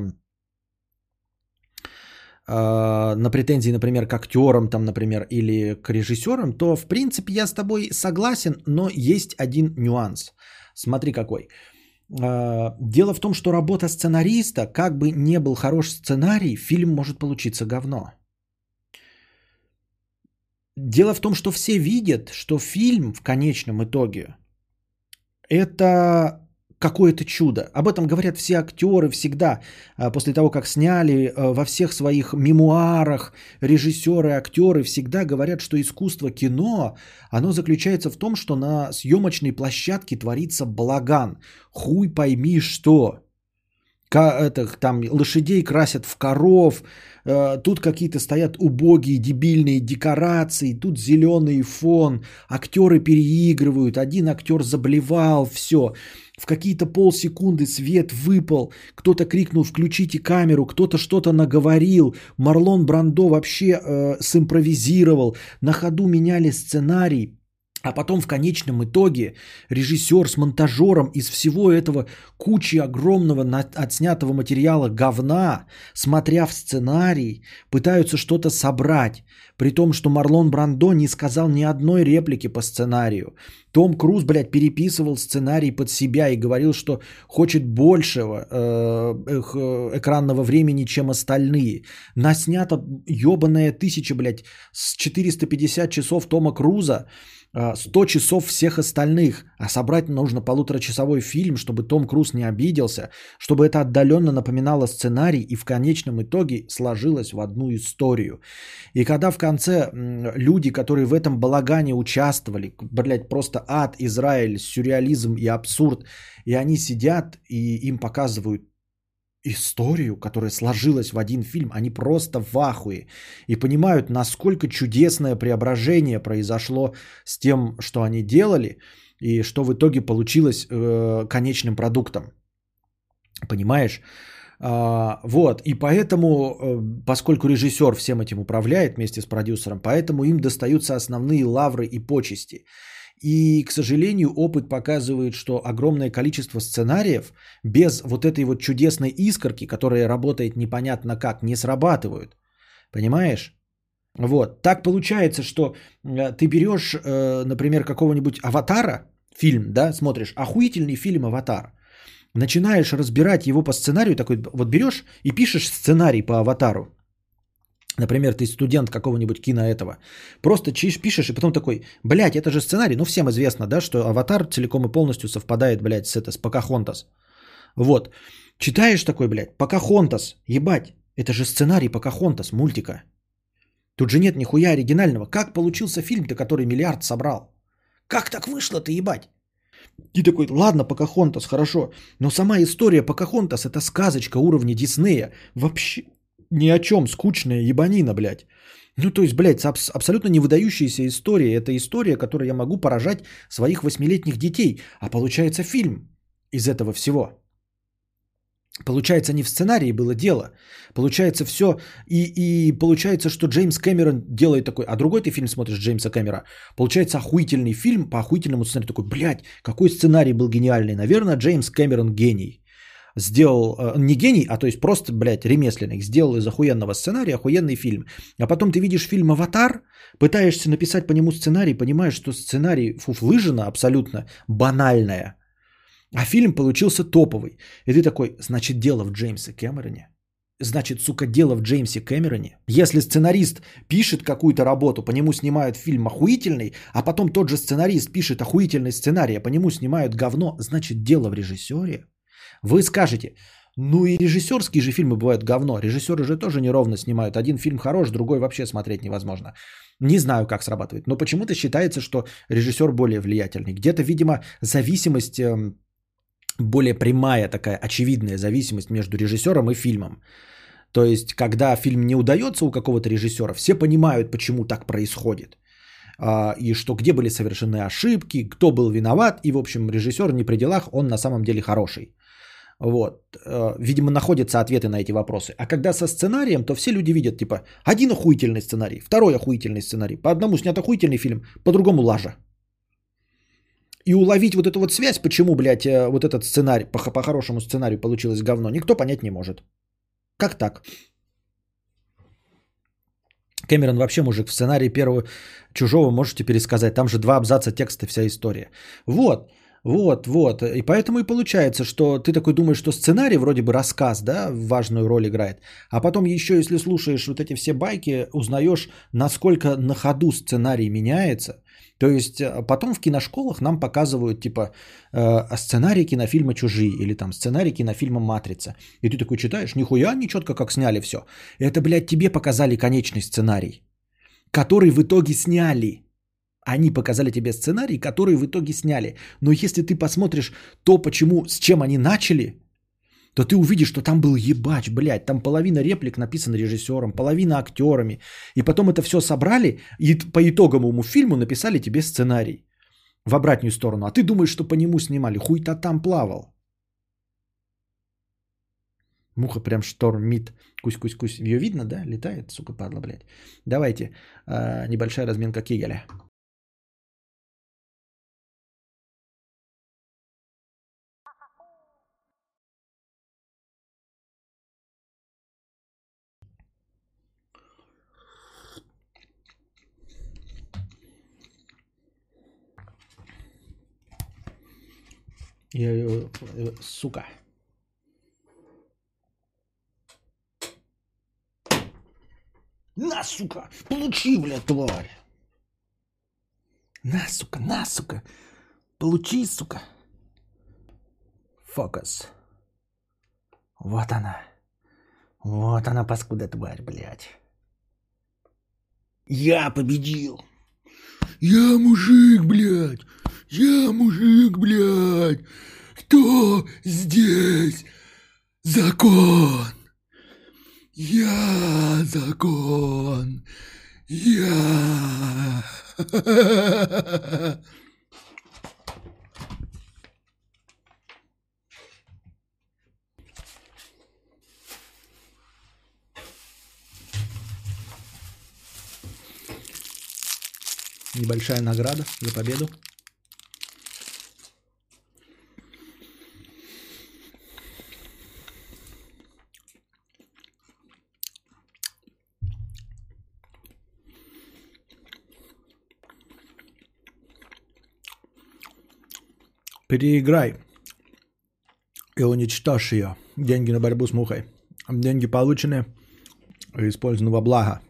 на претензии, например, к актерам, там, например, или к режиссерам, то, в принципе, я с тобой согласен, но есть один нюанс. Смотри какой. Дело в том, что работа сценариста, как бы не был хорош сценарий, фильм может получиться говно. Дело в том, что все видят, что фильм в конечном итоге это какое-то чудо. Об этом говорят все актеры всегда. После того, как сняли, во всех своих мемуарах режиссеры, актеры всегда говорят, что искусство кино, оно заключается в том, что на съемочной площадке творится балаган. Хуй пойми что. Там лошадей красят в коров, тут какие-то стоят убогие дебильные декорации, тут зеленый фон, актеры переигрывают, один актер заблевал, все. В какие-то полсекунды свет выпал, кто-то крикнул «включите камеру», кто-то что-то наговорил, Марлон Брандо вообще симпровизировал, на ходу меняли сценарий. А потом в конечном итоге режиссер с монтажером из всего этого кучи огромного отснятого материала говна, смотря в сценарий, пытаются что-то собрать. При том, что Марлон Брандо не сказал ни одной реплики по сценарию. Том Круз, блядь, переписывал сценарий под себя и говорил, что хочет большего экранного времени, чем остальные. Наснято ебаная 1000, блядь, с 450 часов Тома Круза, 100 часов всех остальных, а собрать нужно 1,5-часовой фильм, чтобы Том Круз не обиделся, чтобы это отдаленно напоминало сценарий и в конечном итоге сложилось в одну историю. И когда в конце люди, которые в этом балагане участвовали, блядь, просто ад, Израиль, сюрреализм и абсурд, и они сидят и им показывают историю, которая сложилась в один фильм. Они просто в ахуе и понимают, насколько чудесное преображение произошло с тем, что они делали, и что в итоге получилось конечным продуктом. Понимаешь? Вот, и поэтому, поскольку режиссер всем этим управляет вместе с продюсером, поэтому им достаются основные лавры и почести. И, к сожалению, опыт показывает, что огромное количество сценариев без вот этой вот чудесной искорки, которая работает непонятно как, не срабатывают. Понимаешь? Вот. Так получается, что ты берешь, например, какого-нибудь «Аватара», фильм, да, смотришь, охуительный фильм «Аватар», начинаешь разбирать его по сценарию, такой вот берешь и пишешь сценарий по «Аватару». Например, ты студент какого-нибудь кино этого. Просто пишешь и потом такой, блядь, это же сценарий. Ну, всем известно, да, что «Аватар» целиком и полностью совпадает, блядь, с Покахонтас. Вот. Читаешь такой, блядь, Покахонтас, ебать, это же сценарий Покахонтас, мультика. Тут же нет нихуя оригинального. Как получился фильм-то, который миллиард собрал? Как так вышло-то, ебать? И такой, ладно, Покахонтас, хорошо, но сама история Покахонтас это сказочка уровня Диснея. Вообще ни о чем, скучная ебанина, блядь. Ну, то есть, блядь, абсолютно не выдающаяся история. Это история, которой я могу поражать своих 8-летних детей. А получается фильм из этого всего. Получается, не в сценарии было дело. Получается все. И получается, что Джеймс Кэмерон делает такой. А другой ты фильм смотришь Джеймса Кэмерона. Получается охуительный фильм по охуительному сценарию. Такой, блядь, какой сценарий был гениальный. Наверное, Джеймс Кэмерон гений. Сделал, не гений, а то есть просто, блядь, ремесленник. Сделал из охуенного сценария охуенный фильм. А потом ты видишь фильм «Аватар», пытаешься написать по нему сценарий, понимаешь, что сценарий фуфлыжина абсолютно банальная. А фильм получился топовый. И ты такой, значит, дело в Джеймсе Кэмероне. Значит, сука, дело в Джеймсе Кэмероне. Если сценарист пишет какую-то работу, по нему снимают фильм охуительный, а потом тот же сценарист пишет охуительный сценарий, а по нему снимают говно, значит, дело в режиссере. Вы скажете, ну и режиссерские же фильмы бывают говно. Режиссеры же тоже неровно снимают. Один фильм хорош, другой вообще смотреть невозможно. Не знаю, как срабатывает. Но почему-то считается, что режиссер более влиятельный. Где-то, видимо, зависимость более прямая, такая очевидная зависимость между режиссером и фильмом. То есть, когда фильм не удается у какого-то режиссера, все понимают, почему так происходит. И что где были совершены ошибки, кто был виноват. И, в общем, режиссер не при делах, он на самом деле хороший. Вот. Видимо, находятся ответы на эти вопросы. А когда со сценарием, то все люди видят, типа, один охуительный сценарий, второй охуительный сценарий. По одному снят охуительный фильм, по другому лажа. И уловить вот эту вот связь, почему, блядь, вот этот сценарий, по хорошему сценарию получилось говно, никто понять не может. Как так? Кэмерон вообще мужик, в сценарии первого «Чужого» можете пересказать. Там же 2 абзаца текста, вся история. Вот. И поэтому и получается, что ты такой думаешь, что сценарий вроде бы рассказ, да, важную роль играет. А потом еще, если слушаешь вот эти все байки, узнаешь, насколько на ходу сценарий меняется. То есть потом в киношколах нам показывают типа сценарий кинофильма «Чужие» или там сценарий кинофильма «Матрица». И ты такой читаешь, нихуя не четко как сняли все. Это, блядь, тебе показали конечный сценарий, который в итоге сняли. Они показали тебе сценарий, который в итоге сняли. Но если ты посмотришь то, почему, с чем они начали, то ты увидишь, что там был ебач, блядь. Там половина реплик написана режиссером, половина актерами. И потом это все собрали и по итоговому фильму написали тебе сценарий в обратную сторону. А ты думаешь, что по нему снимали. Хуй-то там плавал. Муха прям штормит. Кусь-кусь-кусь. Ее видно, да? Летает, сука, падла, блядь. Давайте. Небольшая разминка Кегеля. Сука. На, сука! Получи, блядь, тварь! На, сука! Получи, сука! Фокус. Вот она, паскуда тварь, блядь. Я победил! Я мужик, блядь! Я мужик, блядь! Кто здесь? Закон! Я закон! Я... Небольшая награда за победу. Переиграй и уничтожь ее. Деньги на борьбу с мухой. Деньги получены и использованы во благо.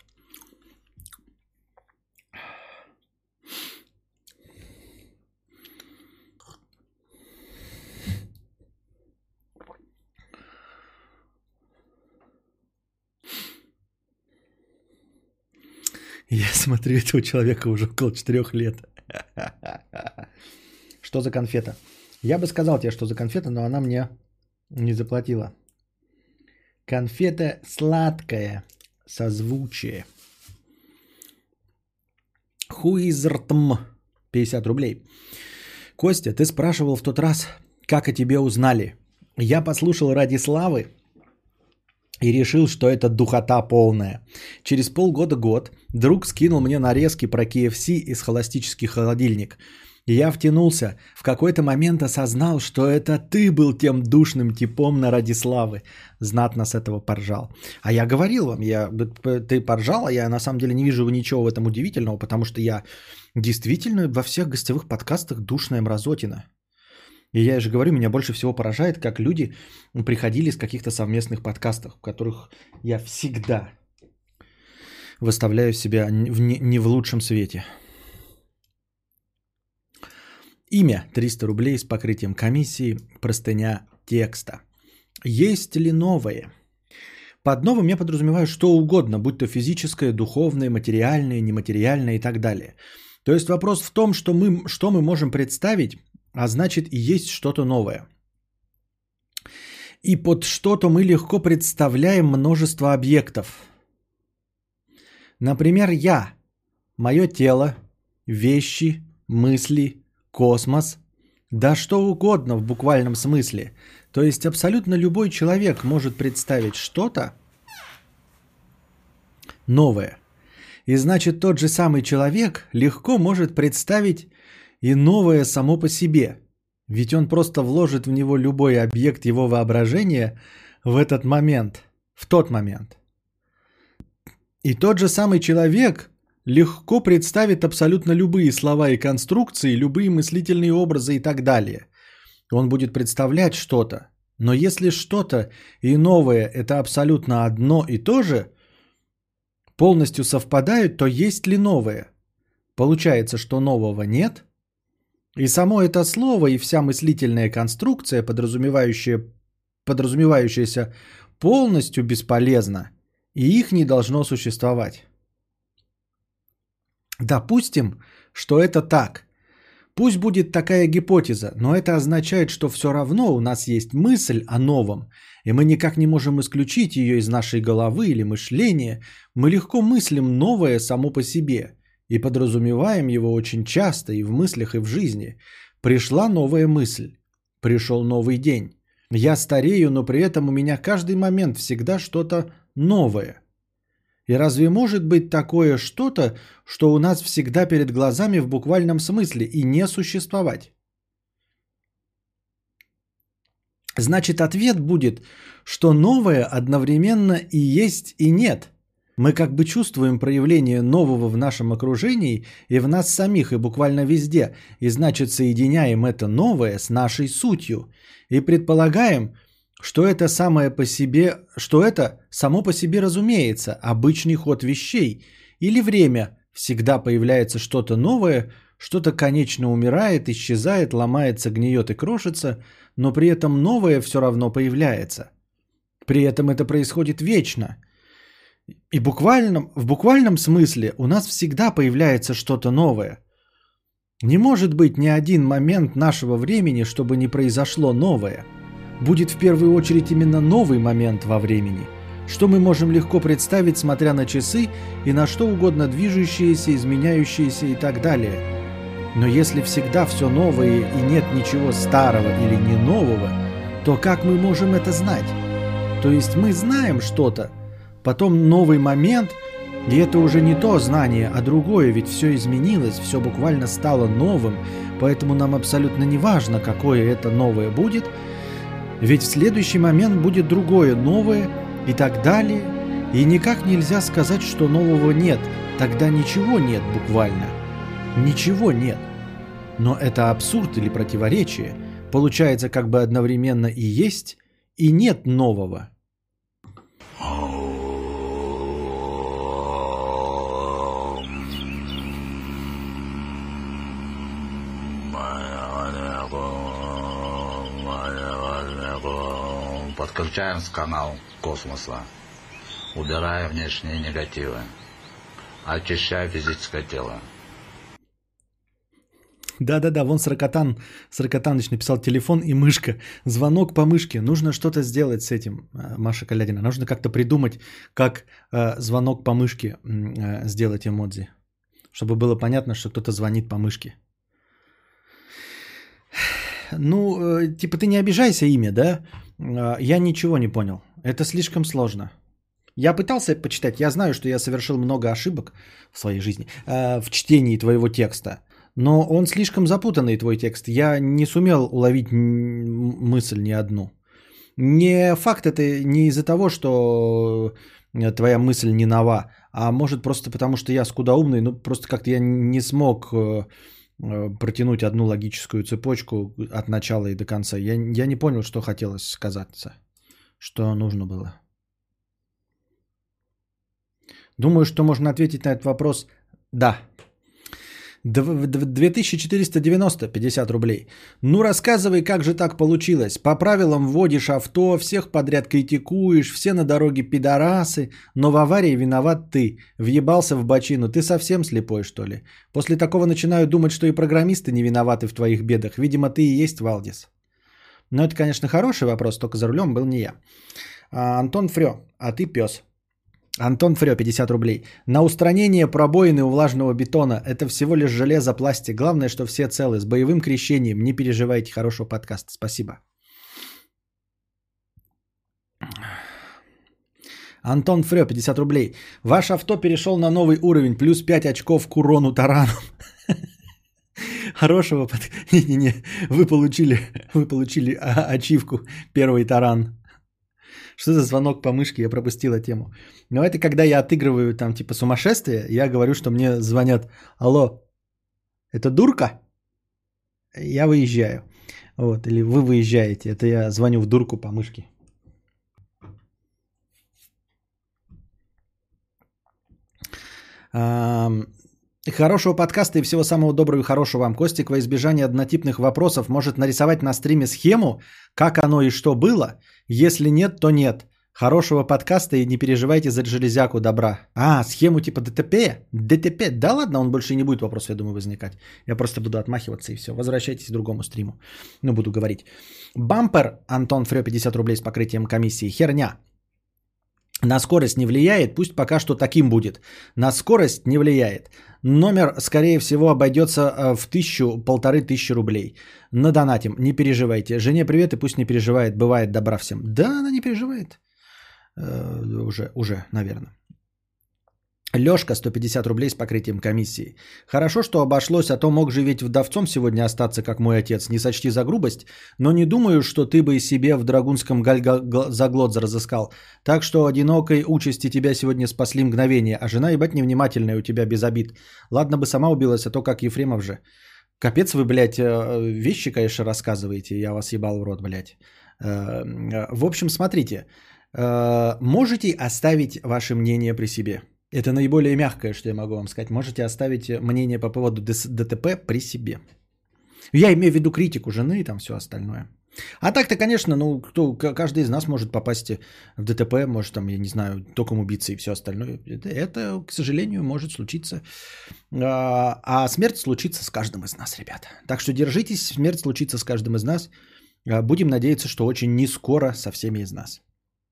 Я смотрю этого человека уже около 4 лет. Что за конфета? Я бы сказал тебе, что за конфета, но она мне не заплатила. Конфета сладкая, созвучие. Хуизртм, 50 рублей. Костя, ты спрашивал в тот раз, как о тебе узнали. Я послушал ради славы и решил, что это духота полная. Через полгода-год друг скинул мне нарезки про KFC и схоластический холодильник. И я втянулся. В какой-то момент осознал, что это ты был тем душным типом на ради славы. Знатно с этого поржал. А я говорил вам, ты поржал, а я на самом деле не вижу ничего в этом удивительного, потому что я действительно во всех гостевых подкастах душная мразотина. И я же говорю, меня больше всего поражает, как люди приходили с каких-то совместных подкастов, в которых я всегда выставляю себя не в лучшем свете. Имя 300 рублей с покрытием комиссии, простыня текста. Есть ли новое? Под новым я подразумеваю что угодно, будь то физическое, духовное, материальное, нематериальное и так далее. То есть вопрос в том, что мы можем представить, а значит и есть что-то новое. И под что-то мы легко представляем множество объектов. Например, я, мое тело, вещи, мысли, космос, да что угодно в буквальном смысле. То есть абсолютно любой человек может представить что-то новое. И значит тот же самый человек легко может представить и новое само по себе. Ведь он просто вложит в него любой объект его воображения в этот момент, в тот момент. И тот же самый человек легко представит абсолютно любые слова и конструкции, любые мыслительные образы и так далее. Он будет представлять что-то. Но если что-то и новое – это абсолютно одно и то же, полностью совпадают, то есть ли новое? Получается, что нового нет. И само это слово и вся мыслительная конструкция, подразумевающаяся, полностью бесполезна. И их не должно существовать. Допустим, что это так. Пусть будет такая гипотеза, но это означает, что все равно у нас есть мысль о новом, и мы никак не можем исключить ее из нашей головы или мышления. Мы легко мыслим новое само по себе и подразумеваем его очень часто и в мыслях, и в жизни. Пришла новая мысль, пришел новый день. Я старею, но при этом у меня каждый момент всегда что-то новое. И разве может быть такое что-то, что у нас всегда перед глазами в буквальном смысле и не существовать? Значит, ответ будет, что новое одновременно и есть, и нет. Мы как бы чувствуем проявление нового в нашем окружении и в нас самих, и буквально везде. И значит, соединяем это новое с нашей сутью. И предполагаем, что это само по себе разумеется, обычный ход вещей, или время, всегда появляется что-то новое, что-то конечно умирает, исчезает, ломается, гниет и крошится, но при этом новое все равно появляется. При этом это происходит вечно. И в буквальном смысле у нас всегда появляется что-то новое. Не может быть ни один момент нашего времени, чтобы не произошло новое. будет в первую очередь именно новый момент во времени, что мы можем легко представить, смотря на часы и на что угодно движущиеся, изменяющиеся и так далее. Но если всегда все новое и нет ничего старого или не нового, то как мы можем это знать? То есть мы знаем что-то, потом новый момент, и это уже не то знание, а другое, ведь все изменилось, все буквально стало новым, поэтому нам абсолютно не важно, какое это новое будет, ведь в следующий момент будет другое новое и так далее, и никак нельзя сказать, что нового нет, тогда ничего нет буквально, ничего нет. Но это абсурд или противоречие, получается как бы одновременно и есть, и нет нового. Подключаем канал космоса, убирая внешние негативы, очищая физическое тело. Да-да-да, вон Сорокотаныч написал телефон и мышка. Звонок по мышке. Нужно что-то сделать с этим, Маша Калядина. Нужно как-то придумать, как звонок по мышке сделать эмодзи. Чтобы было понятно, что кто-то звонит по мышке. Ну, типа ты не обижайся ими, да? Я ничего не понял. Это слишком сложно. Я пытался почитать. Я знаю, что я совершил много ошибок в своей жизни в чтении твоего текста. Но он слишком запутанный, твой текст. Я не сумел уловить мысль ни одну. Не факт это не из-за того, что твоя мысль не нова, а может просто потому, что я скудоумный, ну просто как-то я не смог протянуть одну логическую цепочку от начала и до конца. Я не понял, что хотелось сказаться, что нужно было. Думаю, что можно ответить на этот вопрос «да». 2490, 50 рублей. Ну рассказывай, как же так получилось. По правилам вводишь авто, всех подряд критикуешь, все на дороге пидорасы, но в аварии виноват ты. Въебался в бочину, ты совсем слепой, что ли? После такого начинаю думать, что и программисты не виноваты в твоих бедах. Видимо, ты и есть Валдис. Но это, конечно, хороший вопрос, только за рулем был не я. Антон Фрё, а ты пес. Антон Фрё, 50 рублей. На устранение пробоины у влажного бетона. Это всего лишь железо, пластик. Главное, что все целы. С боевым крещением. Не переживайте. Хорошего подкаста. Спасибо. Антон Фрё, 50 рублей. Ваш авто перешел на новый уровень. Плюс 5 очков к урону тараном. Хорошего подкаста. Не-не-не. Вы получили ачивку. Первый таран. Что за звонок по мышке? Я пропустила тему. Но это когда я отыгрываю там типа сумасшествие, я говорю, что мне звонят: алло, это дурка? Я выезжаю. Вот, или вы выезжаете. Это я звоню в дурку по мышке. Хорошего подкаста и всего самого доброго и хорошего вам. Костик во избежание однотипных вопросов может нарисовать на стриме схему, как оно и что было. Если нет, то нет. Хорошего подкаста и не переживайте за железяку добра. Схему типа ДТП? ДТП? Да ладно, он больше не будет вопросов, я думаю, возникать. Я просто буду отмахиваться и все. Возвращайтесь к другому стриму. Буду говорить. Бампер, Антон Фрё, 50 рублей с покрытием комиссии. Херня. На скорость не влияет, пусть пока что таким будет. На скорость не влияет. Номер, скорее всего, обойдется в 1000-1500 рублей. Надонатим, не переживайте. Жене привет и пусть не переживает, бывает добра всем. Да, она не переживает. Уже, наверное. Лёшка, 150 рублей с покрытием комиссии. Хорошо, что обошлось, а то мог же ведь вдовцом сегодня остаться, как мой отец. Не сочти за грубость, но не думаю, что ты бы себе в драгунском заглот разыскал. Так что одинокой участи тебя сегодня спасли мгновение, а жена, ебать, невнимательная у тебя без обид. Ладно бы сама убилась, а то как Ефремов же. Капец вы, блядь, вещи, конечно, рассказываете, я вас ебал в рот, блядь. В общем, смотрите, можете оставить ваше мнение при себе. Это наиболее мягкое, что я могу вам сказать. Можете оставить мнение по поводу ДТП при себе. Я имею в виду критику жены и там все остальное. А так-то, конечно, каждый из нас может попасть в ДТП, может там, я не знаю, током убиться и все остальное. Это, к сожалению, может случиться. А смерть случится с каждым из нас, ребята. Так что держитесь, смерть случится с каждым из нас. Будем надеяться, что очень не скоро со всеми из нас.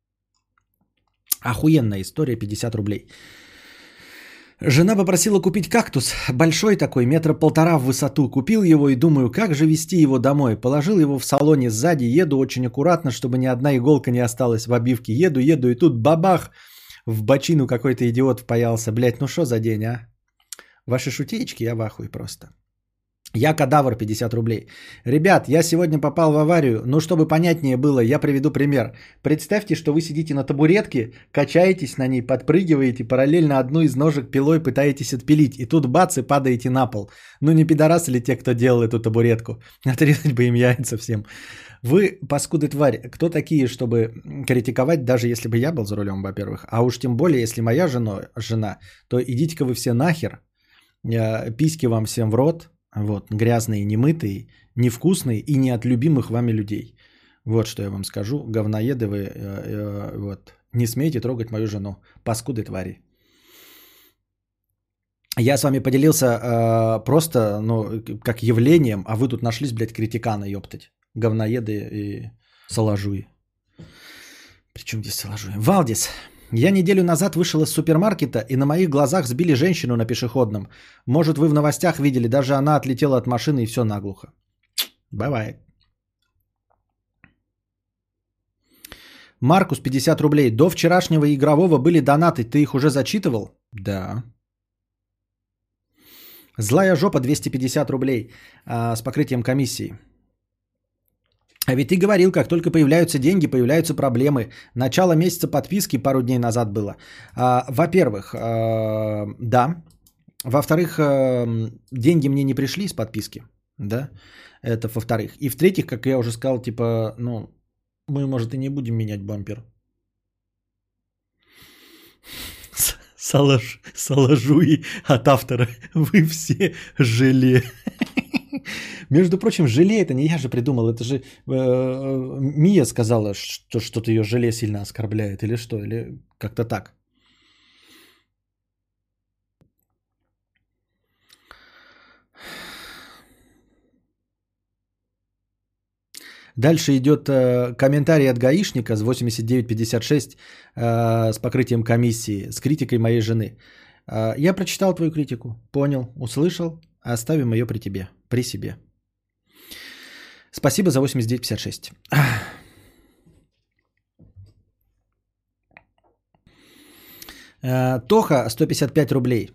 Охуенная история, 50 рублей. Жена попросила купить кактус, большой такой, 1,5 метра в высоту. Купил его и думаю, как же везти его домой. Положил его в салоне сзади, еду очень аккуратно, чтобы ни одна иголка не осталась в обивке. Еду, и тут бабах, в бочину какой-то идиот впаялся. Блять, ну что за день, а? Ваши шутеечки, я в ахуе просто. Я кадавр, 50 рублей. Ребят, я сегодня попал в аварию, но чтобы понятнее было, я приведу пример. Представьте, что вы сидите на табуретке, качаетесь на ней, подпрыгиваете, параллельно одну из ножек пилой пытаетесь отпилить, и тут бац, и падаете на пол. Ну не пидорасы ли те, кто делал эту табуретку? Отрезать бы им яйца всем. Вы, паскуды тварь, кто такие, чтобы критиковать, даже если бы я был за рулем, во-первых. А уж тем более, если моя жена, то идите-ка вы все нахер, письки вам всем в рот. Вот, грязные, немытые, невкусные и не от любимых вами людей. Вот что я вам скажу. Говноеды вы, вот, не смейте трогать мою жену. Паскуды твари. Я с вами поделился просто, ну, как явлением, а вы тут нашлись, блядь, критикана, ёптать. Говноеды и салажуи. Причем здесь салажуи? Валдис. Я неделю назад вышел из супермаркета, и на моих глазах сбили женщину на пешеходном. Может, вы в новостях видели, даже она отлетела от машины и все наглухо. Бывает. Маркус, 50 рублей. До вчерашнего игрового были донаты, ты их уже зачитывал? Да. Злая жопа, 250 рублей с покрытием комиссии. А ведь ты говорил, как только появляются деньги, появляются проблемы. Начало месяца подписки пару дней назад было. Во-первых, да. Во-вторых, деньги мне не пришли с подписки. Да, это во-вторых. И в-третьих, как я уже сказал, типа, ну, мы, может, и не будем менять бампер. Салажуи от автора. Вы все желе. Между прочим, желе это не я же придумал, это же Мия сказала, что что-то ее желе сильно оскорбляет или что, или как-то так. Дальше идет комментарий от гаишника с 8956 с покрытием комиссии, с критикой моей жены. Я прочитал твою критику, понял, услышал, оставим ее при тебе, при себе. Спасибо за 8956. Тоха, 155 рублей.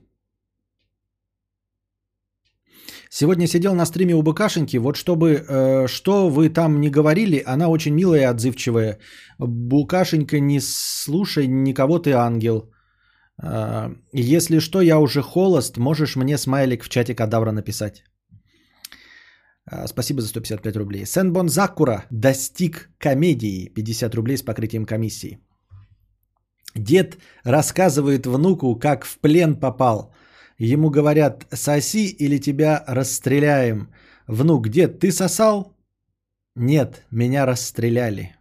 Сегодня сидел на стриме у Букашеньки, вот чтобы, что вы там не говорили, она очень милая и отзывчивая. Букашенька, не слушай никого, ты ангел. Если что, я уже холост, можешь мне смайлик в чате кадавра написать. Спасибо за 155 рублей. Сенбон Закура достиг комедии. 50 рублей с покрытием комиссии. Дед рассказывает внуку, как в плен попал. Ему говорят, соси или тебя расстреляем. Внук, дед, ты сосал? Нет, меня расстреляли.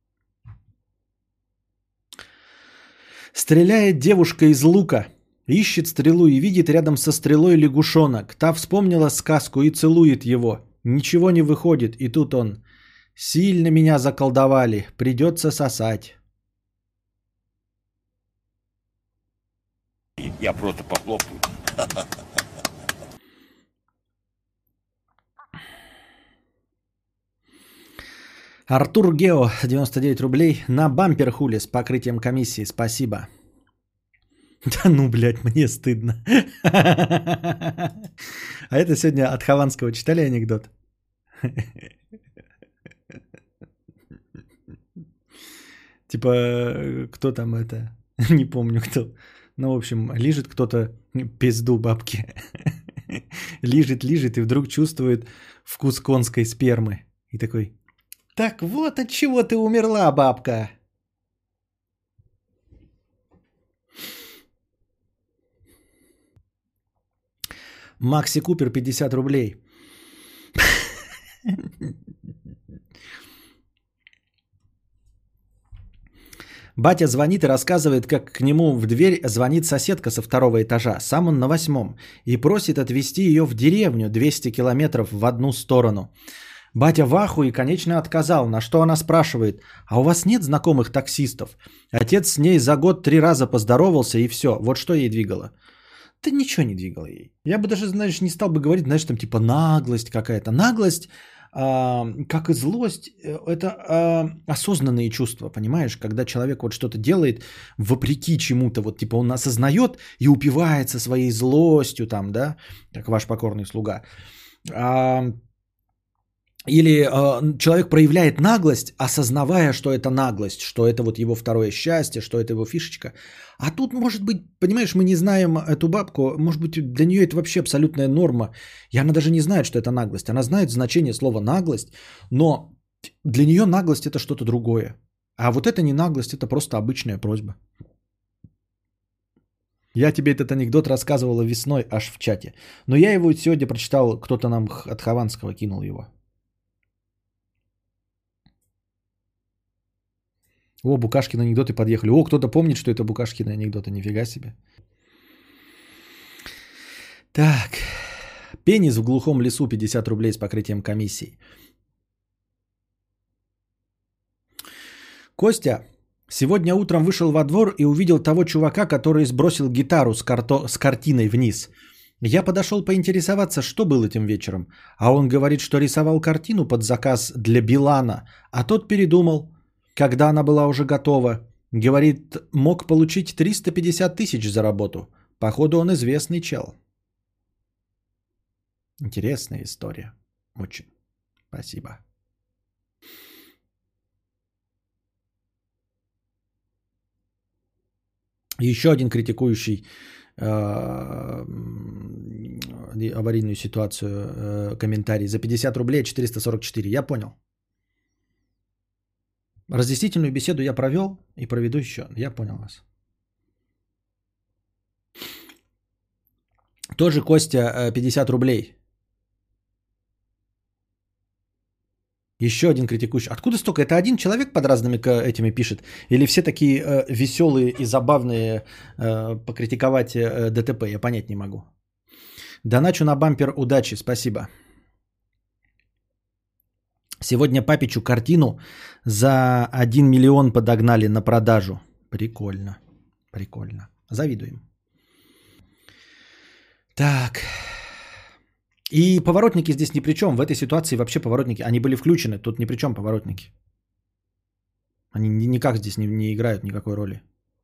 Стреляет девушка из лука. Ищет стрелу и видит рядом со стрелой лягушонок. Та вспомнила сказку и целует его. Ничего не выходит. И тут он. Сильно меня заколдовали. Придется сосать. Я просто похлопаю. Артур Гео, 99 рублей. На бампер хули с покрытием комиссии. Спасибо. Да ну, блядь, мне стыдно. А это сегодня от Хованского читали анекдот? Типа, кто там это? Не помню кто. Ну, в общем, лижет кто-то пизду бабки. Лижет, и вдруг чувствует вкус конской спермы. И такой, так вот от чего ты умерла, бабка. Макси Купер, 50 рублей. Батя звонит и рассказывает, как к нему в дверь звонит соседка со 2 этажа. Сам он на 8. И просит отвезти ее в деревню 200 километров в одну сторону. Батя в ахуе и, конечно, отказал, на что она спрашивает, а у вас нет знакомых таксистов? Отец с ней за год 3 раза поздоровался и все. Вот что ей двигало. Да ничего не двигало ей. Я бы даже, знаешь, не стал бы говорить, знаешь, там типа наглость какая-то. Наглость, как и злость, это осознанные чувства, понимаешь? Когда человек вот что-то делает вопреки чему-то, вот типа он осознает и упивается своей злостью там, да, как ваш покорный слуга. Или человек проявляет наглость, осознавая, что это наглость, что это вот его второе счастье, что это его фишечка. А тут, может быть, понимаешь, мы не знаем эту бабку, может быть, для нее это вообще абсолютная норма. И она даже не знает, что это наглость. Она знает значение слова наглость, но для нее наглость это что-то другое. А вот это не наглость, это просто обычная просьба. Я тебе этот анекдот рассказывала весной аж в чате. Но я его сегодня прочитал, кто-то нам от Хованского кинул его. О, Букашкины анекдоты подъехали. О, кто-то помнит, что это Букашкины анекдоты. Нифига себе. Так. Пенис в глухом лесу 50 рублей с покрытием комиссии. Костя сегодня утром вышел во двор и увидел того чувака, который сбросил гитару с картиной вниз. Я подошел поинтересоваться, что было этим вечером. А он говорит, что рисовал картину под заказ для Билана, а тот передумал. Когда она была уже готова, говорит, мог получить 350 тысяч за работу. Походу, он известный чел. Интересная история. Очень. Спасибо. Еще один критикующий аварийную ситуацию комментарий. За 50 рублей 444. Я понял. Разъяснительную беседу я провел и проведу еще. Я понял вас. Тоже Костя 50 рублей. Еще один критикующий. Откуда столько? Это один человек под разными этими пишет? Или все такие веселые и забавные покритиковать ДТП? Я понять не могу. Доначу на бампер удачи. Спасибо. Сегодня папичу картину за 1 миллион подогнали на продажу. Прикольно. Прикольно. Завидуем. Так. И поворотники здесь ни при чем. В этой ситуации вообще поворотники, они были включены. Тут ни при чем поворотники. Они никак здесь не играют никакой роли.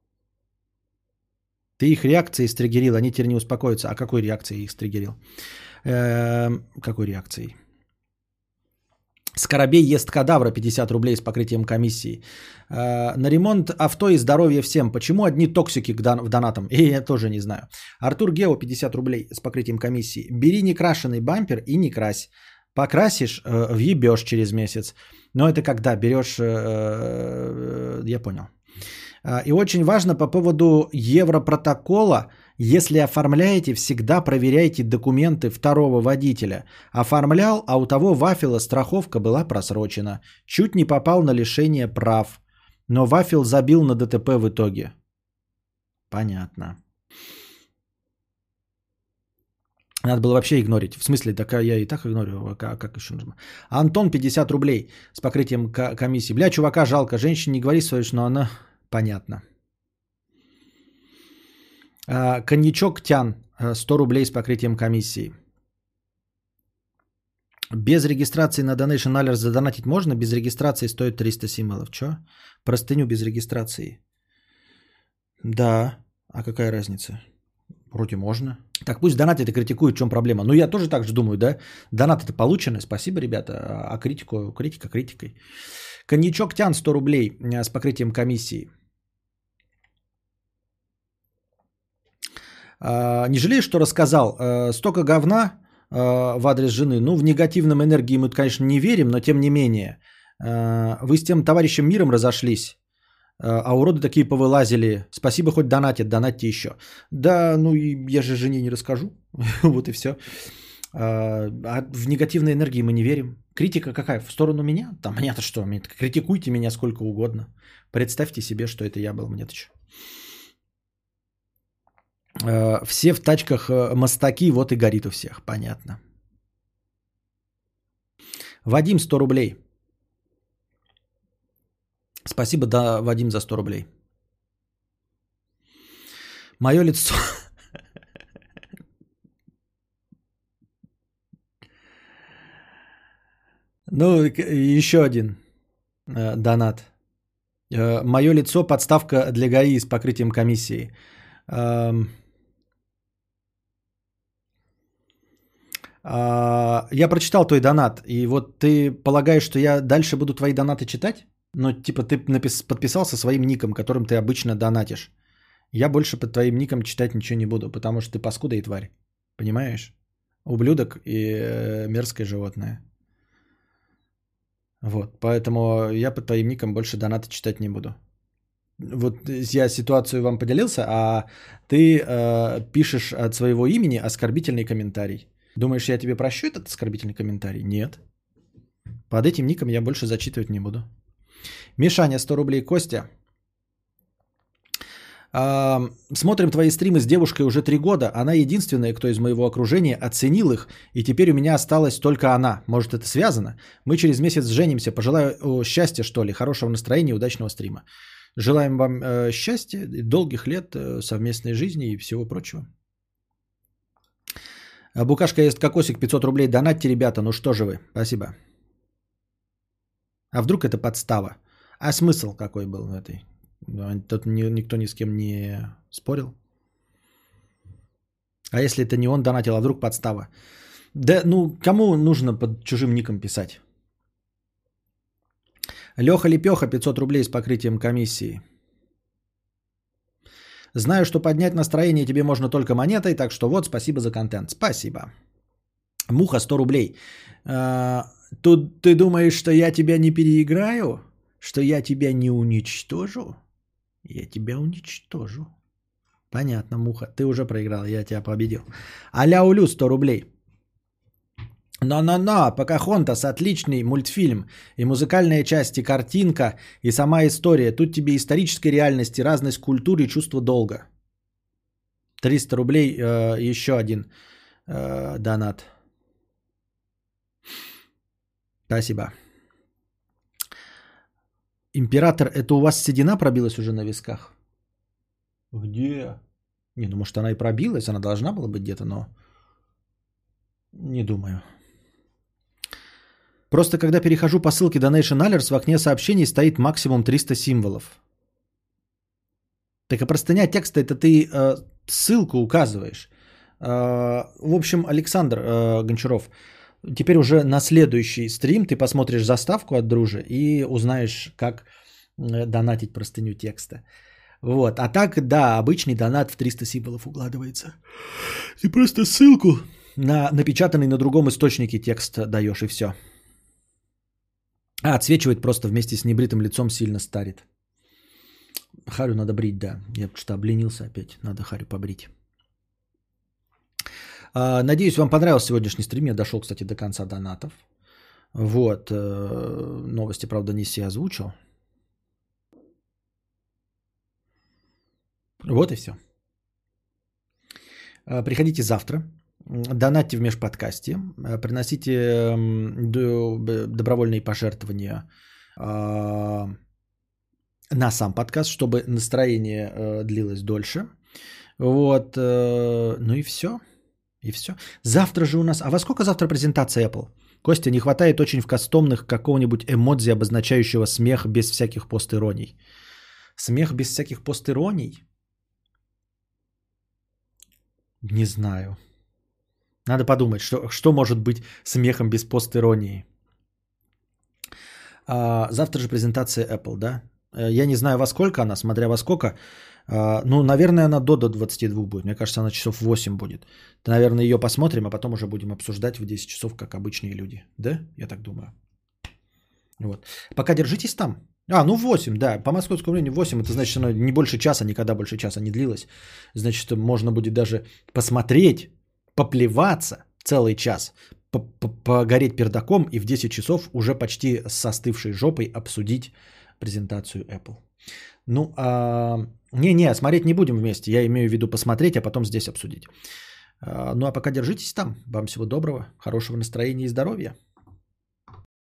Ты их реакцией стригерил, они теперь не успокоятся. А какой реакцией их стригерил? Какой реакцией? Скоробей ест кадавра 50 рублей с покрытием комиссии. На ремонт авто и здоровье всем. Почему одни токсики в донатам? Я тоже не знаю. Артур Гео 50 рублей с покрытием комиссии. Бери некрашенный бампер и не крась. Покрасишь, въебешь через месяц. Но это когда берешь... Я понял. И очень важно по поводу Европротокола. Если оформляете, всегда проверяйте документы второго водителя. Оформлял, а у того Вафела страховка была просрочена. Чуть не попал на лишение прав. Но Вафел забил на ДТП в итоге. Понятно. Надо было вообще игнорить. В смысле, так я и так игнорю. Как еще нужно? Антон 50 рублей с покрытием комиссии. Бля, чувака жалко. Женщине не говори свою, но она... Понятно. Коньячок Тян 100 рублей с покрытием комиссии. Без регистрации на Donation Alert задонатить можно? Без регистрации стоит 300 символов. Че? Простыню без регистрации. Да. А какая разница? Вроде можно. Так пусть донатят и критикуют, в чем проблема. Ну я тоже так же думаю, да? Донаты-то получены. Спасибо, ребята. А критика критикой. Коньячок Тян 100 рублей с покрытием комиссии. Не жалеешь, что рассказал? Столько говна в адрес жены. Ну, в негативном энергии мы, конечно, не верим, но тем не менее. Вы с тем товарищем миром разошлись, а уроды такие повылазили. Спасибо, хоть донатят, донатьте еще. Да, ну я же жене не расскажу. Вот и все. А в негативной энергии мы не верим. Критика какая? В сторону меня? Там мне-то что? Критикуйте меня сколько угодно. Представьте себе, что это я был. Мне-то что? Все в тачках мастаки, вот и горит у всех. Понятно. Вадим, 100 рублей. Спасибо, да, Вадим, за 100 рублей. Мое лицо... Ну, еще один донат. Мое лицо подставка для ГАИ с покрытием комиссии. Я прочитал твой донат, и вот ты полагаешь, что я дальше буду твои донаты читать? Ну, типа ты подписался своим ником, которым ты обычно донатишь. Я больше под твоим ником читать ничего не буду, потому что ты паскуда и тварь. Понимаешь? Ублюдок и мерзкое животное. Вот, поэтому я под твоим ником больше донаты читать не буду. Вот я ситуацию вам поделился, а ты пишешь от своего имени оскорбительный комментарий. Думаешь, я тебе прощу этот оскорбительный комментарий? Нет. Под этим ником я больше зачитывать не буду. Мишаня, 100 рублей. Костя. Смотрим твои стримы с девушкой уже 3 года. Она единственная, кто из моего окружения оценил их. И теперь у меня осталась только она. Может, это связано? Мы через месяц женимся. Пожелаю счастья, что ли. Хорошего настроения и удачного стрима. Желаем вам счастья, долгих лет совместной жизни и всего прочего. Букашка ест кокосик, 500 рублей. Донатьте, ребята. Ну что же вы? Спасибо. А вдруг это подстава? А смысл какой был в этой? Тут никто ни с кем не спорил. А если это не он донатил, а вдруг подстава? Да, ну, кому нужно под чужим ником писать? Леха Лепеха, 500 рублей с покрытием комиссии. Знаю, что поднять настроение тебе можно только монетой, так что вот, спасибо за контент. Спасибо. Муха, 100 рублей. Тут ты думаешь, что я тебя не переиграю? Что я тебя не уничтожу? Я тебя уничтожу. Понятно, Муха. Ты уже проиграл, я тебя победил. Аляулю, 100 рублей. Но-но-но, Покахонтас, отличный мультфильм. И музыкальная часть, и картинка, и сама история. Тут тебе исторической реальности, разность культуры и чувство долга. 300 рублей, еще один донат. Спасибо. Император, это у вас седина пробилась уже на висках? Где? Не, ну может она и пробилась, она должна была быть где-то, но не думаю. Просто когда перехожу по ссылке Donation Alerts, в окне сообщений стоит максимум 300 символов. Так а простыня текста, это ты ссылку указываешь. В общем, Александр Гончаров, теперь уже на следующий стрим ты посмотришь заставку от Дружи и узнаешь, как донатить простыню текста. Вот. А так, да, обычный донат в 300 символов укладывается. Ты просто ссылку на напечатанный на другом источнике текст даешь, и все. А отсвечивает просто вместе с небритым лицом, сильно старит. Харю надо брить, да. Я что-то обленился опять. Надо Харю побрить. Надеюсь, вам понравился сегодняшний стрим. Я дошел, кстати, до конца донатов. Вот. Новости, правда, не все озвучил. Вот и все. Приходите завтра. Донатьте в межподкасте. Приносите добровольные пожертвования на сам подкаст, чтобы настроение длилось дольше. Вот. Ну и все. И все. Завтра же у нас... А во сколько завтра презентация Apple? Костя, не хватает очень в кастомных какого-нибудь эмодзи, обозначающего смех без всяких постироний. Смех без всяких постироний? Не знаю. Надо подумать, что может быть смехом без постиронии. Завтра же презентация Apple, да? Я не знаю, во сколько она, смотря во сколько. Ну, наверное, она до 22 будет. Мне кажется, она часов 8 будет. Наверное, ее посмотрим, а потом уже будем обсуждать в 10 часов, как обычные люди. Да? Я так думаю. Вот. Пока держитесь там. Ну 8, да. По московскому времени 8. Это значит, она не больше часа, никогда больше часа не длилась. Значит, можно будет даже посмотреть, поплеваться целый час, погореть пердаком и в 10 часов уже почти с остывшей жопой обсудить презентацию Apple. Ну, не, смотреть не будем вместе. Я имею в виду посмотреть, а потом здесь обсудить. Ну, а пока держитесь там. Вам всего доброго, хорошего настроения и здоровья.